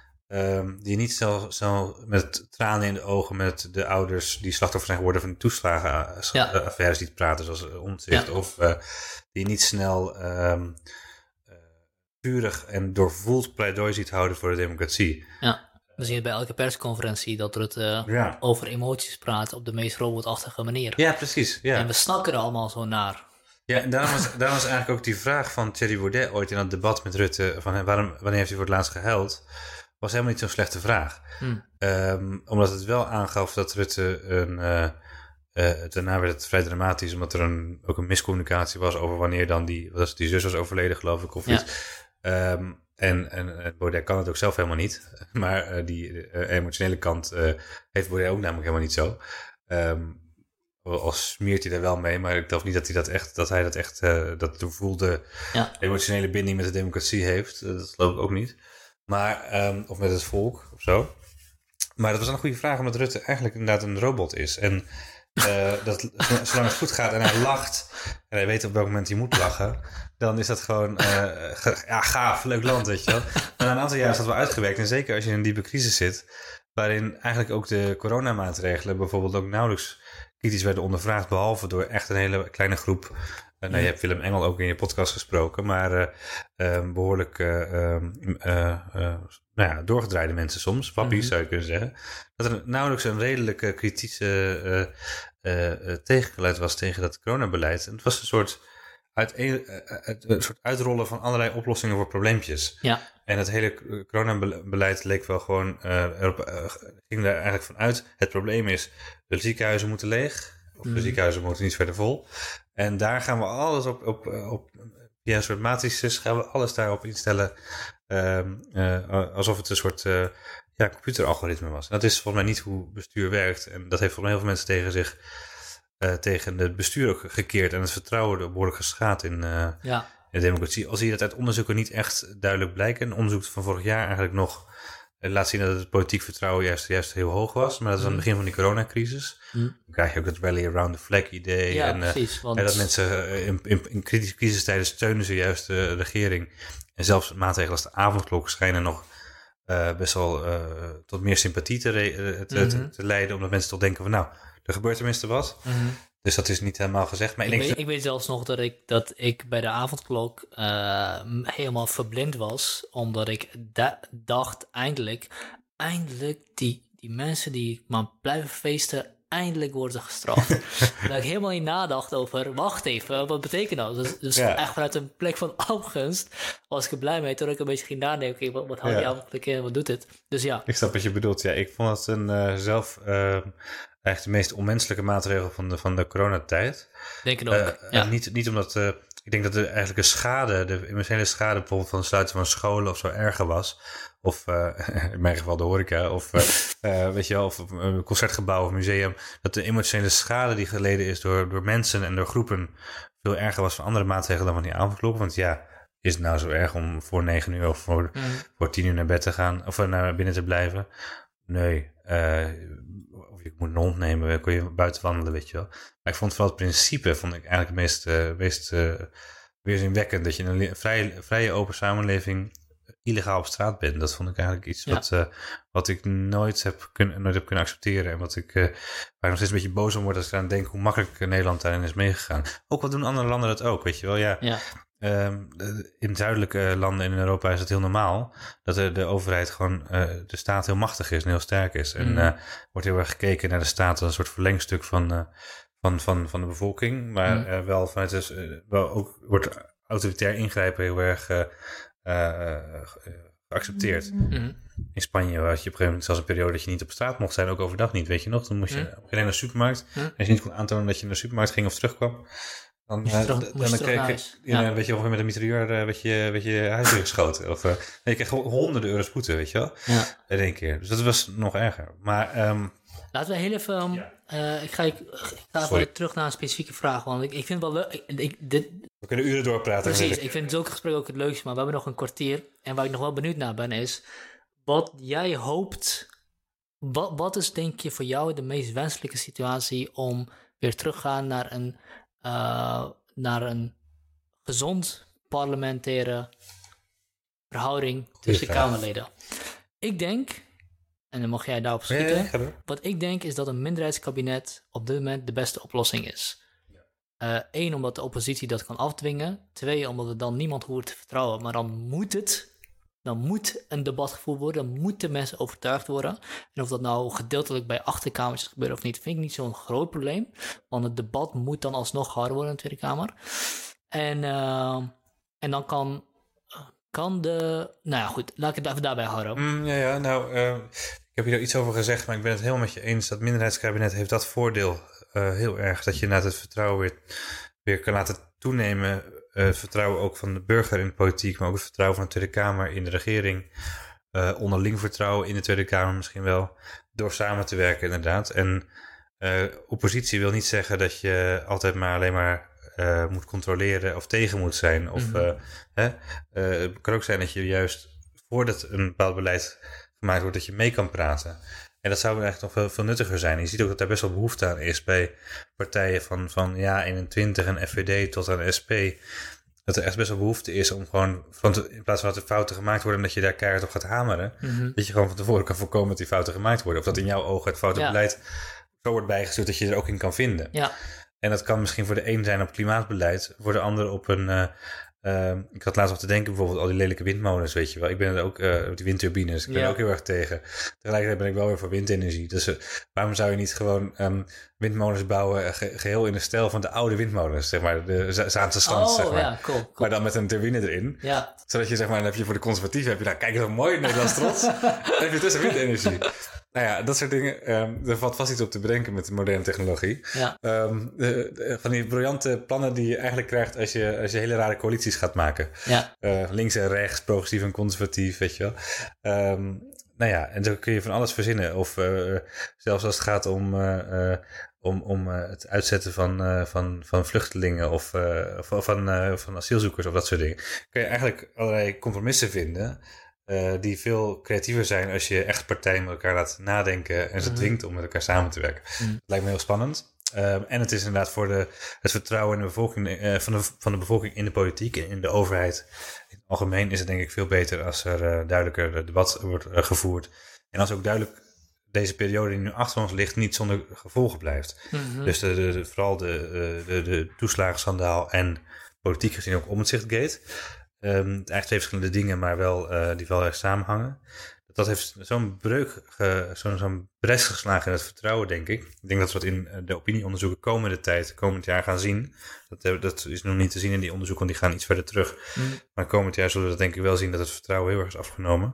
um, die niet zo, zo met tranen in de ogen met de ouders die slachtoffer zijn geworden van de toeslagenaffaires ja. die praten zoals Omtzigt. Ja. Of uh, die niet snel um, uh, vurig en doorvoeld pleidooi ziet houden voor de democratie. Ja. We zien het bij elke persconferentie dat Rutte uh, ja. over emoties praat op de meest robotachtige manier. Ja, precies. Ja. En we snakken er allemaal zo naar. Ja, en daarom was, daarom was eigenlijk ook die vraag van Thierry Baudet ooit in dat debat met Rutte... van waarom, wanneer heeft hij voor het laatst gehuild... was helemaal niet zo'n slechte vraag. Hmm. Um, omdat het wel aangaf dat Rutte een... Uh, uh, daarna werd het vrij dramatisch... omdat er een, ook een miscommunicatie was over wanneer dan die... wat was het, die zus was overleden, geloof ik, of ja. iets... Um, En, en Baudet kan het ook zelf helemaal niet. Maar uh, die uh, emotionele kant uh, heeft Baudet ook namelijk helemaal niet zo. Um, al smeert hij er wel mee, maar ik geloof niet dat hij dat echt, dat hij dat echt, uh, dat doorvoelde ja. emotionele binding met de democratie heeft. Uh, dat geloof ik ook niet. Maar, um, of met het volk of zo. Maar dat was een goede vraag, omdat Rutte eigenlijk inderdaad een robot is. En uh, dat, zolang het goed gaat en hij lacht en hij weet op welk moment hij moet lachen, dan is dat gewoon uh, ja, gaaf, leuk land, weet je wel. Maar na een aantal jaar is dat wel uitgewerkt. En zeker als je in een diepe crisis zit, waarin eigenlijk ook de coronamaatregelen bijvoorbeeld ook nauwelijks kritisch werden ondervraagd, behalve door echt een hele kleine groep. Uh, nou, je hebt Willem Engel ook in je podcast gesproken, maar uh, uh, behoorlijk uh, uh, uh, uh, nou ja, doorgedraaide mensen soms, wappies mm-hmm. zou je kunnen zeggen. Dat er nauwelijks een redelijke kritische uh, uh, uh, tegengeluid was tegen dat coronabeleid. En het was een soort, uiteen, uh, een soort uitrollen van allerlei oplossingen voor probleempjes. Ja. En het hele coronabeleid leek wel gewoon, uh, erop, uh, ging daar eigenlijk van uit. Het probleem is, de ziekenhuizen moeten leeg. Of de mm. ziekenhuizen moeten niet verder vol. En daar gaan we alles op, op, op via een soort matrices gaan we alles daarop instellen. Uh, uh, alsof het een soort uh, ja, computeralgoritme was. En dat is volgens mij niet hoe bestuur werkt. En dat heeft volgens mij heel veel mensen tegen zich, uh, tegen het bestuur ook gekeerd. En het vertrouwen behoorlijk geschaad in, uh, ja. in de democratie. Al zie je dat uit onderzoeken niet echt duidelijk blijken. Een onderzoek van vorig jaar eigenlijk nog laat zien dat het politiek vertrouwen juist, juist heel hoog was. Maar dat is aan het begin van die coronacrisis. Mm. Dan krijg je ook dat rally around the flag idee. Ja, en, precies. Uh, want... en dat mensen in, in, in kritische crisistijden steunen ze juist de regering. En zelfs maatregelen als de avondklok schijnen nog uh, best wel uh, tot meer sympathie te, re- te, mm-hmm. te, te leiden. Omdat mensen toch denken van nou, er gebeurt tenminste wat. Mm-hmm. Dus dat is niet helemaal gezegd. Maar ik, ik, denk weet, ik weet zelfs nog dat ik, dat ik bij de avondklok uh, helemaal verblind was. Omdat ik da- dacht eindelijk, eindelijk die, die mensen die maar blijven feesten, eindelijk worden gestraft. Dat ik helemaal niet nadacht over, wacht even, wat betekent dat? Dus, dus ja. echt vanuit een plek van afgunst was ik er blij mee. Toen ik een beetje ging nadenken, wat, wat houdt ja. die avondklok in, wat doet dit? Dus ja. Ik snap wat je bedoelt. Ja, ik vond het een uh, zelf... Uh, Eigenlijk de meest onmenselijke maatregel van de, van de coronatijd. Denk ik ook, uh, ja. Niet, niet omdat... Uh, ik denk dat de, eigenlijk de schade, de emotionele schade bijvoorbeeld van het sluiten van scholen of zo erger was. Of uh, in mijn geval de horeca. Of uh, uh, weet je wel, of een concertgebouw of museum. Dat de emotionele schade die geleden is door, door mensen en door groepen veel erger was van andere maatregelen dan van die avondklok. Want ja, is het nou zo erg om voor negen uur of voor, mm. voor tien uur naar bed te gaan? Of naar binnen te blijven? Nee, uh, of je moet een hond nemen, kon je buiten wandelen, weet je wel. Maar ik vond vooral het principe, vond ik eigenlijk het meest, uh, meest uh, weerzinwekkend. Dat je in een vrije, vrije open samenleving illegaal op straat bent. Dat vond ik eigenlijk iets ja. wat, uh, wat ik nooit heb, kun, nooit heb kunnen accepteren. En wat ik, uh, waar ik nog steeds een beetje boos om word als ik aan denk hoe makkelijk Nederland daarin is meegegaan. Ook wat doen andere landen dat ook, weet je wel. Ja. ja. Um, in zuidelijke landen in Europa is het heel normaal dat de, de overheid gewoon, uh, de staat heel machtig is en heel sterk is. Mm. En uh, wordt heel erg gekeken naar de staat als een soort verlengstuk van, uh, van, van, van de bevolking. Maar mm. uh, wel vanuit dus, uh, wel ook wordt autoritair ingrijpen heel erg uh, uh, geaccepteerd. Mm. In Spanje had je op een gegeven moment zelfs een periode dat je niet op straat mocht zijn, ook overdag niet, weet je nog. Dan moest je mm. geen naar de supermarkt. Mm. En als je niet kon aantonen dat je naar de supermarkt ging of terugkwam, Dan, uh, terug, dan, dan kreeg je, ja. Ja, weet je, ongeveer met een mitrailleur uh, werd je, werd je huis geschoten. Of uh, nee, je kreeg honderden euro's boete, weet je wel. Ja. In één keer. Dus dat was nog erger. Maar, um, laten we heel even... Um, ja. uh, ik ga, ik, ik ga even terug naar een specifieke vraag. Want ik, ik vind het wel leuk... Ik, ik, dit, we kunnen uren doorpraten. Precies. Ik vind zulke gesprekken ook het leukste. Maar we hebben nog een kwartier. En waar ik nog wel benieuwd naar ben is... Wat jij hoopt... Wat, wat is denk je voor jou de meest wenselijke situatie... om weer terug te gaan naar een... Uh, naar een gezond parlementaire verhouding tussen de Kamerleden. Ik denk, en dan mag jij daarop schieten, ja, ja, wat ik denk is dat een minderheidskabinet op dit moment de beste oplossing is. Eén, uh, omdat de oppositie dat kan afdwingen. Twee, omdat er dan niemand hoort te vertrouwen. Maar dan moet het, dan moet een debat gevoerd worden, dan moeten mensen overtuigd worden. En of dat nou gedeeltelijk bij achterkamers gebeurt of niet, vind ik niet zo'n groot probleem. Want het debat moet dan alsnog gehouden worden in de Tweede Kamer. En, uh, en dan kan, kan de... Nou ja, goed, laat ik het even daarbij houden. Mm, ja, ja, nou, uh, ik heb hier al iets over gezegd, maar ik ben het helemaal met je eens. Dat minderheidskabinet heeft dat voordeel uh, heel erg. Dat je na het vertrouwen weer, weer kan laten toenemen... Uh, het vertrouwen ook van de burger in de politiek, maar ook het vertrouwen van de Tweede Kamer in de regering. Uh, onderling vertrouwen in de Tweede Kamer misschien wel. Door samen te werken inderdaad. En uh, oppositie wil niet zeggen dat je altijd maar alleen maar uh, moet controleren of tegen moet zijn. Of mm-hmm. uh, hè? Uh, het kan ook zijn dat je juist voordat een bepaald beleid gemaakt wordt, dat je mee kan praten. En dat zou eigenlijk nog veel, veel nuttiger zijn. Je ziet ook dat daar best wel behoefte aan is bij partijen van, van ja, eenentwintig en F V D tot aan S P. Dat er echt best wel behoefte is om gewoon, van te, in plaats van dat er fouten gemaakt worden, dat je daar keihard op gaat hameren, mm-hmm. dat je gewoon van tevoren kan voorkomen dat die fouten gemaakt worden. Of dat in jouw ogen het foute ja. beleid zo wordt bijgestuurd dat je er ook in kan vinden. Ja. En dat kan misschien voor de een zijn op klimaatbeleid, voor de ander op een... Uh, Uh, ik had laatst nog te denken, bijvoorbeeld al die lelijke windmolens, weet je wel. Ik ben er ook, uh, die windturbines, ik ben ja. er ook heel erg tegen. Tegelijkertijd ben ik wel weer voor windenergie. Dus uh, waarom zou je niet gewoon um, windmolens bouwen, ge- geheel in de stijl van de oude windmolens, zeg maar, de Z- Zaanse stand, oh, zeg maar. Ja, cool, cool. Maar dan met een turbine erin. Ja. Zodat je, zeg maar, dan heb je voor de conservatieven, heb je nou, kijk eens hoe mooi Nederlands trots. Dan heb je tussen windenergie. Nou ja, dat soort dingen. Um, er valt vast iets op te bedenken met de moderne technologie. Ja. Um, de, de, van die briljante plannen die je eigenlijk krijgt als je, als je hele rare coalities gaat maken. Ja. Uh, links en rechts, progressief en conservatief, weet je wel. Um, nou ja, en zo kun je van alles verzinnen. Of uh, zelfs als het gaat om, uh, uh, om, om uh, het uitzetten van, uh, van, van vluchtelingen of uh, van, van, uh, van asielzoekers of dat soort dingen. Kun je eigenlijk allerlei compromissen vinden... Uh, die veel creatiever zijn als je echt partijen met elkaar laat nadenken en ze mm-hmm. dwingt om met elkaar samen te werken. Mm. Dat lijkt me heel spannend. Uh, en het is inderdaad voor de, het vertrouwen in de bevolking, uh, van, de, van de bevolking in de politiek en in de overheid. In het algemeen is het denk ik veel beter als er uh, duidelijker debat wordt uh, gevoerd. En als ook duidelijk deze periode die nu achter ons ligt niet zonder gevolgen blijft. Mm-hmm. Dus de, de, de, vooral de, de, de toeslagenschandaal en politiek gezien ook Omtzigt-gate. Um, eigenlijk twee verschillende dingen, maar wel uh, die wel erg samenhangen. Dat heeft zo'n breuk, ge, zo'n, zo'n bres geslagen in het vertrouwen, denk ik. Ik denk dat we dat in de opinieonderzoeken komende tijd, komend jaar gaan zien. Dat, dat is nog niet te zien in die onderzoeken, want die gaan iets verder terug. Mm. Maar komend jaar zullen we dat denk ik wel zien dat het vertrouwen heel erg is afgenomen.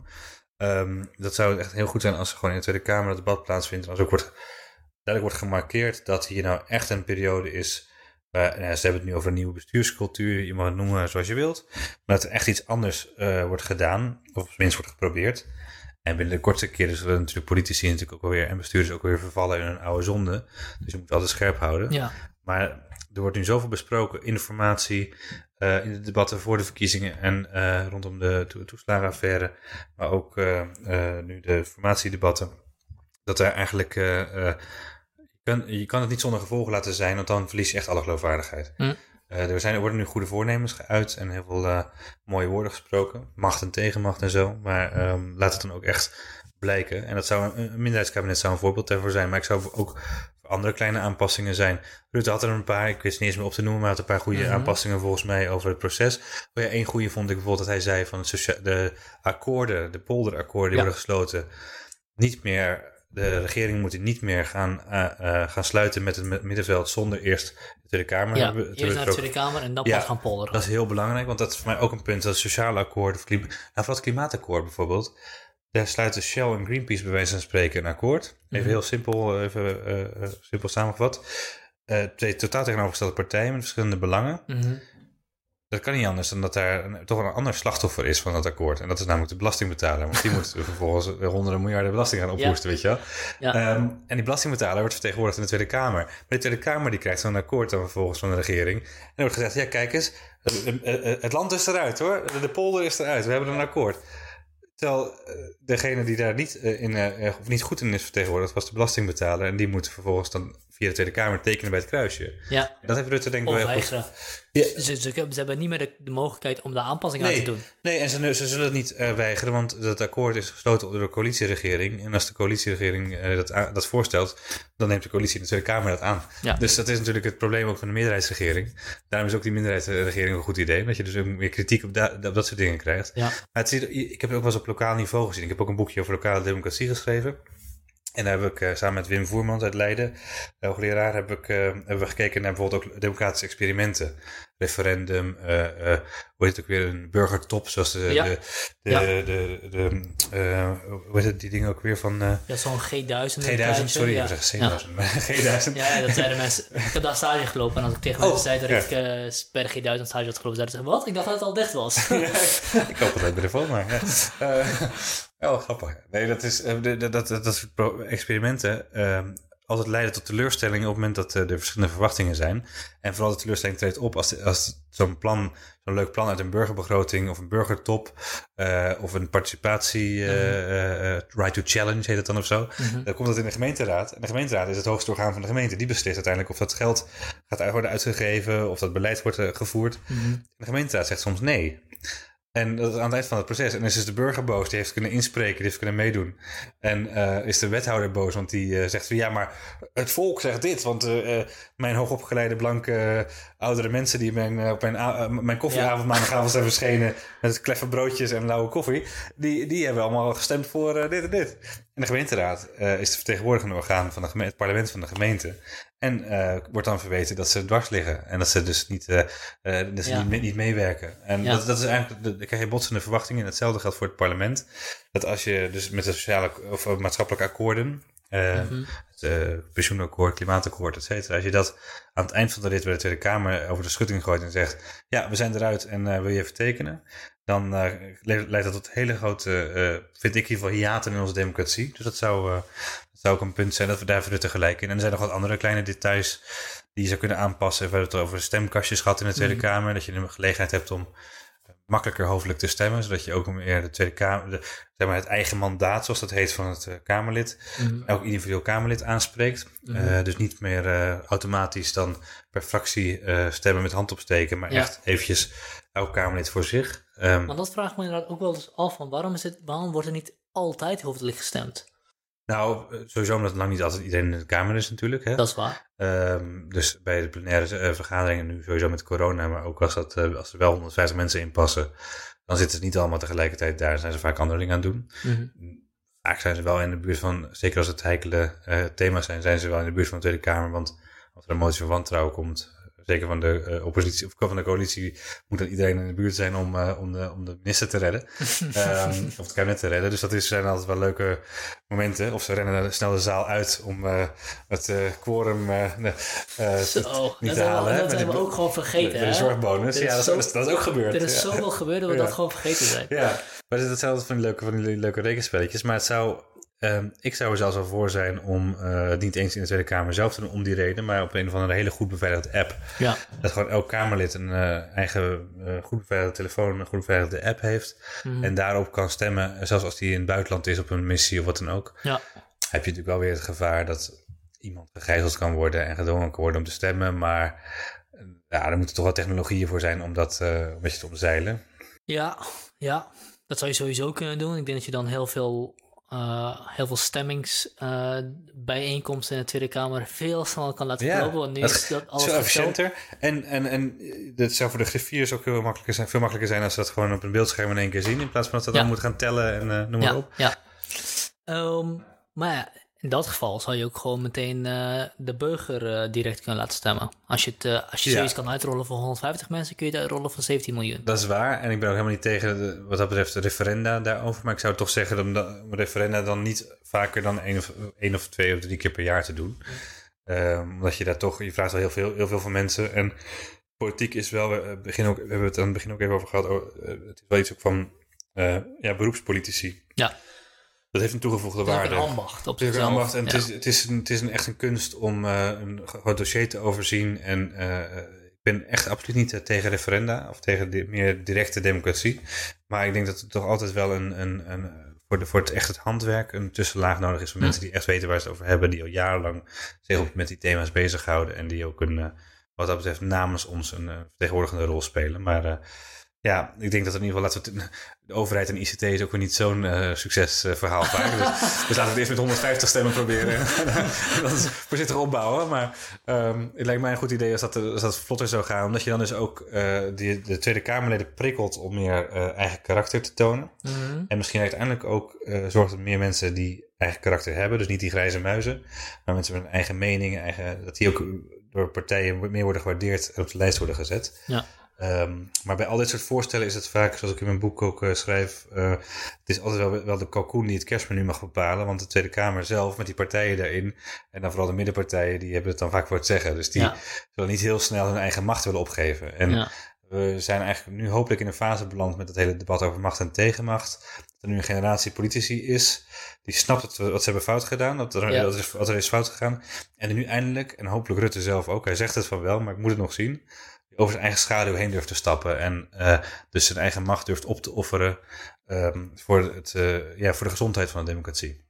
Um, dat zou echt heel goed zijn als er gewoon in de Tweede Kamer dat debat plaatsvindt. En als ook wordt, duidelijk wordt gemarkeerd dat hier nou echt een periode is... Uh, nou, ze hebben het nu over een nieuwe bestuurscultuur. Je mag het noemen zoals je wilt. Maar dat er echt iets anders uh, wordt gedaan. Of tenminste wordt geprobeerd. En binnen de kortste keren zullen natuurlijk politici natuurlijk ook alweer... en bestuurders ook weer vervallen in een oude zonde. Dus je moet altijd scherp houden. Ja. Maar er wordt nu zoveel besproken. Informatie uh, in de debatten voor de verkiezingen... en uh, rondom de to- toeslagenaffaire. Maar ook uh, uh, nu de formatiedebatten. dat er eigenlijk... Uh, uh, je, kan, je kan het niet zonder gevolgen laten zijn, want dan verlies je echt alle geloofwaardigheid. Mm. Uh, er, zijn, er worden nu goede voornemens geuit en heel veel uh, mooie woorden gesproken. Macht en tegenmacht en zo. Maar um, laat het dan ook echt blijken. En dat zou een, een minderheidskabinet zou een voorbeeld daarvoor zijn. Maar ik zou ook voor andere kleine aanpassingen zijn. Rutte had er een paar, ik weet het niet eens meer op te noemen, maar had een paar goede mm-hmm. aanpassingen volgens mij over het proces. Oh ja, één goede vond ik bijvoorbeeld dat hij zei van socia- de akkoorden, de polderakkoorden die ja. worden gesloten, niet meer... De regering moet niet meer gaan, uh, uh, gaan sluiten met het middenveld zonder eerst de Tweede Kamer. Ja, hebben, eerst naar de Tweede Kamer en dan ja, pas gaan polderen. Dat is heel belangrijk, want dat is voor mij ook een punt. Dat sociale akkoord, of klima- nou, voor het klimaatakkoord bijvoorbeeld, daar sluiten Shell en Greenpeace bij wijze van spreken een akkoord. Even mm-hmm. heel simpel, even, uh, uh, simpel samengevat. Uh, twee totaal tegenovergestelde partijen met verschillende belangen. Mm-hmm. Dat kan niet anders dan dat daar een, toch een ander slachtoffer is van dat akkoord. En dat is namelijk de belastingbetaler. Want die moet vervolgens honderden miljarden belasting gaan ophoesten, ja. weet je wel. Ja. Um, en die belastingbetaler wordt vertegenwoordigd in de Tweede Kamer. Maar de Tweede Kamer die krijgt zo'n akkoord dan vervolgens van de regering. En er wordt gezegd, ja kijk eens, het land is eruit hoor. De polder is eruit, we hebben een akkoord. Terwijl degene die daar niet, in, uh, of niet goed in is vertegenwoordigd, was de belastingbetaler. En die moet vervolgens dan via de Tweede Kamer tekenen bij het kruisje. Ja. Dat heeft Rutte denk ik wel heel goed. Ja. Ze, ze, ze hebben niet meer de, de mogelijkheid om de aanpassing nee, aan te doen. Nee, en ze, ze zullen het niet uh, weigeren, want dat akkoord is gesloten door de coalitieregering. En als de coalitieregering uh, dat, uh, dat voorstelt, dan neemt de coalitie in de Tweede Kamer dat aan. Ja. Dus dat is natuurlijk het probleem ook van de meerderheidsregering. Daarom is ook die minderheidsregering een goed idee, dat je dus meer kritiek op, da- op dat soort dingen krijgt. Ja. Maar het is, ik heb het ook wel eens op lokaal niveau gezien. Ik heb ook een boekje over lokale democratie geschreven. En daar heb ik uh, samen met Wim Voermans uit Leiden, hoogleraar, heb ik, uh, hebben we gekeken naar bijvoorbeeld ook democratische experimenten. Referendum, uh, uh, hoe heet het ook weer, een burgertop, zoals de, ja. de, de, ja. de, de, de uh, hoe heet het, die dingen ook weer van... Uh, ja, zo'n G duizend. G duizend, sorry, ja. ik zeg C duizend, ja. maar G duizend. Ja, dat zeiden mensen. Ik heb daar stage gelopen en als ik tegen oh, mensen zei dat ja. ik uh, per G duizend stage had gelopen, zeiden ze, wat? Ik dacht dat het al dicht was. ja, ik hoop dat ik bij de phone maar. Ja. Uh, oh, grappig. Nee, dat is, uh, dat, dat, dat, dat soort experimenten... Uh, altijd leiden tot teleurstellingen op het moment dat uh, er verschillende verwachtingen zijn. En vooral de teleurstelling treedt op als, de, als zo'n plan, zo'n leuk plan uit een burgerbegroting of een burgertop uh, of een participatie, uh, mm-hmm. uh, right to challenge heet het dan of zo. Mm-hmm. Dan komt dat in de gemeenteraad. En de gemeenteraad is het hoogste orgaan van de gemeente. Die beslist uiteindelijk of dat geld gaat worden uitgegeven of dat beleid wordt uh, gevoerd. Mm-hmm. En de gemeenteraad zegt soms nee. En dat is aan het eind van het proces. En dan is dus de burger boos, die heeft kunnen inspreken, die heeft kunnen meedoen. En uh, is de wethouder boos, want die uh, zegt van ja, maar het volk zegt dit. Want uh, uh, mijn hoogopgeleide blanke uh, oudere mensen die mijn, uh, op mijn, uh, mijn koffieavond ja. maandagavond zijn verschenen met kleffe broodjes en lauwe koffie, die, die hebben allemaal gestemd voor uh, dit en dit. En de gemeenteraad uh, is de vertegenwoordigende orgaan van de geme- het parlement van de gemeente. En uh, wordt dan verweten dat ze dwars liggen. En dat ze dus niet, uh, uh, dat ze ja. niet, niet meewerken. En ja. dat, dat is eigenlijk, dan krijg je botsende verwachtingen. En hetzelfde geldt voor het parlement. Dat als je dus met de sociale of maatschappelijke akkoorden, uh, mm-hmm. het uh, pensioenakkoord, klimaatakkoord, et cetera. Als je dat aan het eind van de rit bij de Tweede Kamer over de schutting gooit en zegt, ja, we zijn eruit en uh, wil je even tekenen? Dan uh, leidt dat tot hele grote, uh, vind ik in ieder geval, hiaten in onze democratie. Dus dat zou, uh, dat zou ook een punt zijn dat we daar verder tegelijk in. En er zijn nog wat andere kleine details die je zou kunnen aanpassen. We hebben het over stemkastjes gehad in de Tweede mm-hmm. Kamer. Dat je de gelegenheid hebt om makkelijker hoofdelijk te stemmen. Zodat je ook meer de Tweede Kamer, de, zeg maar het eigen mandaat, zoals dat heet, van het uh, Kamerlid, mm-hmm. elk individueel Kamerlid aanspreekt. Mm-hmm. Uh, dus niet meer uh, automatisch dan per fractie uh, stemmen met hand opsteken, maar ja. echt eventjes elk Kamerlid voor zich. Um, maar dat vraagt me inderdaad ook wel eens af van waarom, is het, waarom wordt er niet altijd hoofdelijk gestemd? Nou, sowieso omdat lang niet altijd iedereen in de Kamer is natuurlijk. Hè? Dat is waar. Um, dus bij de plenaire uh, vergaderingen nu sowieso met corona, maar ook als, dat, uh, als er wel honderdvijftig mensen in passen, dan zitten ze niet allemaal tegelijkertijd daar. Dan zijn ze vaak andere dingen aan het doen. Mm-hmm. Vaak zijn ze wel in de buurt van, zeker als het heikele uh, thema's zijn, zijn ze wel in de buurt van de Tweede Kamer. Want als er een motie van wantrouwen komt, zeker van de uh, oppositie of van de coalitie, moet dan iedereen in de buurt zijn om, uh, om, de, om de minister te redden. um, of het kabinet te redden. Dus dat is, zijn altijd wel leuke momenten. Of ze rennen snel de zaal uit om uh, het uh, quorum uh, uh, Zo, niet dat te halen. Dat hebben we ook gewoon vergeten. De, de zorgbonus. Ja, dat, zo, dat, dat is ook gebeurd. Er is ja. zoveel gebeurd dat we ja. dat gewoon vergeten zijn. Ja, maar dat zijn altijd van die leuke, van die leuke rekenspelletjes. Maar het zou... Um, ik zou er zelfs al voor zijn om uh, het niet eens in de Tweede Kamer zelf te doen om die reden, maar op een of andere hele goed beveiligde app. Ja. Dat gewoon elk Kamerlid een uh, eigen uh, goed beveiligde telefoon, een goed beveiligde app heeft. Mm. En daarop kan stemmen, zelfs als die in het buitenland is op een missie of wat dan ook. Ja. heb je natuurlijk wel weer het gevaar dat iemand gegijzeld kan worden en gedwongen kan worden om te stemmen. Maar ja, er moeten toch wel technologieën voor zijn om dat uh, een beetje te omzeilen. Ja, ja, dat zou je sowieso kunnen doen. Ik denk dat je dan heel veel, uh, heel veel stemmingsbijeenkomsten uh, in de Tweede Kamer veel sneller kan laten verlopen. Ja, want nu dat, is dat alles zo efficiënter. En, en, en dat zou voor de griffiers ook heel makkelijker zijn, veel makkelijker zijn als ze dat gewoon op een beeldscherm in één keer zien. In plaats van dat ze dat ja. dan moet gaan tellen en uh, noem maar ja, op. Ja, um, maar ja. In dat geval zou je ook gewoon meteen uh, de burger uh, direct kunnen laten stemmen. Als je, het, uh, als je ja. zoiets kan uitrollen voor honderdvijftig mensen, kun je het uitrollen voor zeventien miljoen. Dat is waar. En ik ben ook helemaal niet tegen de, wat dat betreft de referenda daarover. Maar ik zou toch zeggen dat een referenda dan niet vaker dan één of, één of twee of drie keer per jaar te doen. Ja. Um, omdat je daar toch, je vraagt wel heel veel, heel veel van mensen. En politiek is wel, we, begin ook, we hebben het aan het begin ook even over gehad. Oh, het is wel iets ook van uh, ja, beroepspolitici. Ja. Dat heeft een toegevoegde waarde. Het is een ambacht op zichzelf. Het is een ambacht en ja. het, is, het, is een, het is een, echt een kunst om uh, een groot dossier te overzien. En uh, ik ben echt absoluut niet uh, tegen referenda of tegen de, meer directe democratie. Maar ik denk dat er toch altijd wel een, een, een voor, de, voor het echt het handwerk een tussenlaag nodig is van hm. mensen die echt weten waar ze het over hebben. Die al jarenlang zich met die thema's bezighouden. En die ook een, uh, wat dat betreft namens ons een uh, vertegenwoordigende rol spelen. Maar uh, ja, ik denk dat in ieder geval, laten we het, de overheid en I C T is ook weer niet zo'n uh, succesverhaal vaak. Dus, dus laten we het eerst met honderdvijftig stemmen proberen. En dan voorzichtig opbouwen. Maar um, het lijkt mij een goed idee als dat, als dat vlotter zou gaan. Omdat je dan dus ook uh, die, de Tweede Kamerleden prikkelt om meer uh, eigen karakter te tonen. Mm-hmm. En misschien uiteindelijk ook uh, zorgt dat meer mensen die eigen karakter hebben. Dus niet die grijze muizen. Maar mensen met een eigen mening. Eigen, dat die ook door partijen meer worden gewaardeerd en op de lijst worden gezet. Ja. Um, maar bij al dit soort voorstellen is het vaak, zoals ik in mijn boek ook uh, schrijf, uh, het is altijd wel, wel de kalkoen die het kerstmenu mag bepalen. Want de Tweede Kamer zelf, met die partijen daarin, en dan vooral de middenpartijen, die hebben het dan vaak voor het zeggen. Dus die ja. zullen niet heel snel hun eigen macht willen opgeven. En ja. we zijn eigenlijk nu hopelijk in een fase beland met het hele debat over macht en tegenmacht. Dat er nu een generatie politici is, die snapt het, wat ze hebben fout gedaan, dat er, ja. dat er, wat er is fout gegaan. En die nu eindelijk, en hopelijk Rutte zelf ook, hij zegt het van wel, maar ik moet het nog zien, over zijn eigen schaduw heen durft te stappen en uh, dus zijn eigen macht durft op te offeren um, voor, het, uh, ja, voor de gezondheid van de democratie.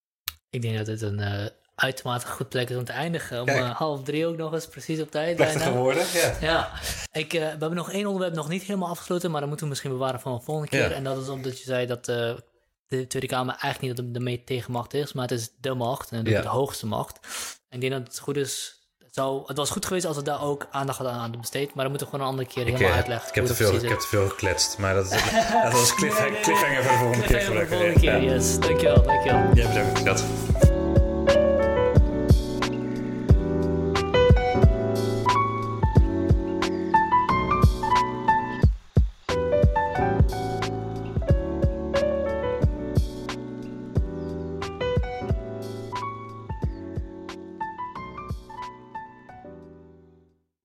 Ik denk dat het een uh, uitermate goed plek is om te eindigen. Om uh, half drie ook nog eens precies op tijd. Plechtig geworden, ja. ja. Ik, uh, we hebben nog één onderwerp nog niet helemaal afgesloten, maar dat moeten we misschien bewaren voor een volgende keer. Ja. En dat is omdat je zei dat uh, de Tweede Kamer eigenlijk niet de meest tegenmacht is, maar het is de macht en ja. de hoogste macht. En ik denk dat het goed is. Zo, het was goed geweest als we daar ook aandacht hadden aan besteed, maar dan moeten we gewoon een andere keer helemaal ik, uitleggen. Ik heb, te veel, ik heb te veel gekletst, maar dat, dat was cliff, nee, nee, nee. cliffhanger voor de volgende keer. Voor de volgende keer, ja. Yes. Dankjewel, dankjewel. Ja, bedankt. Dat.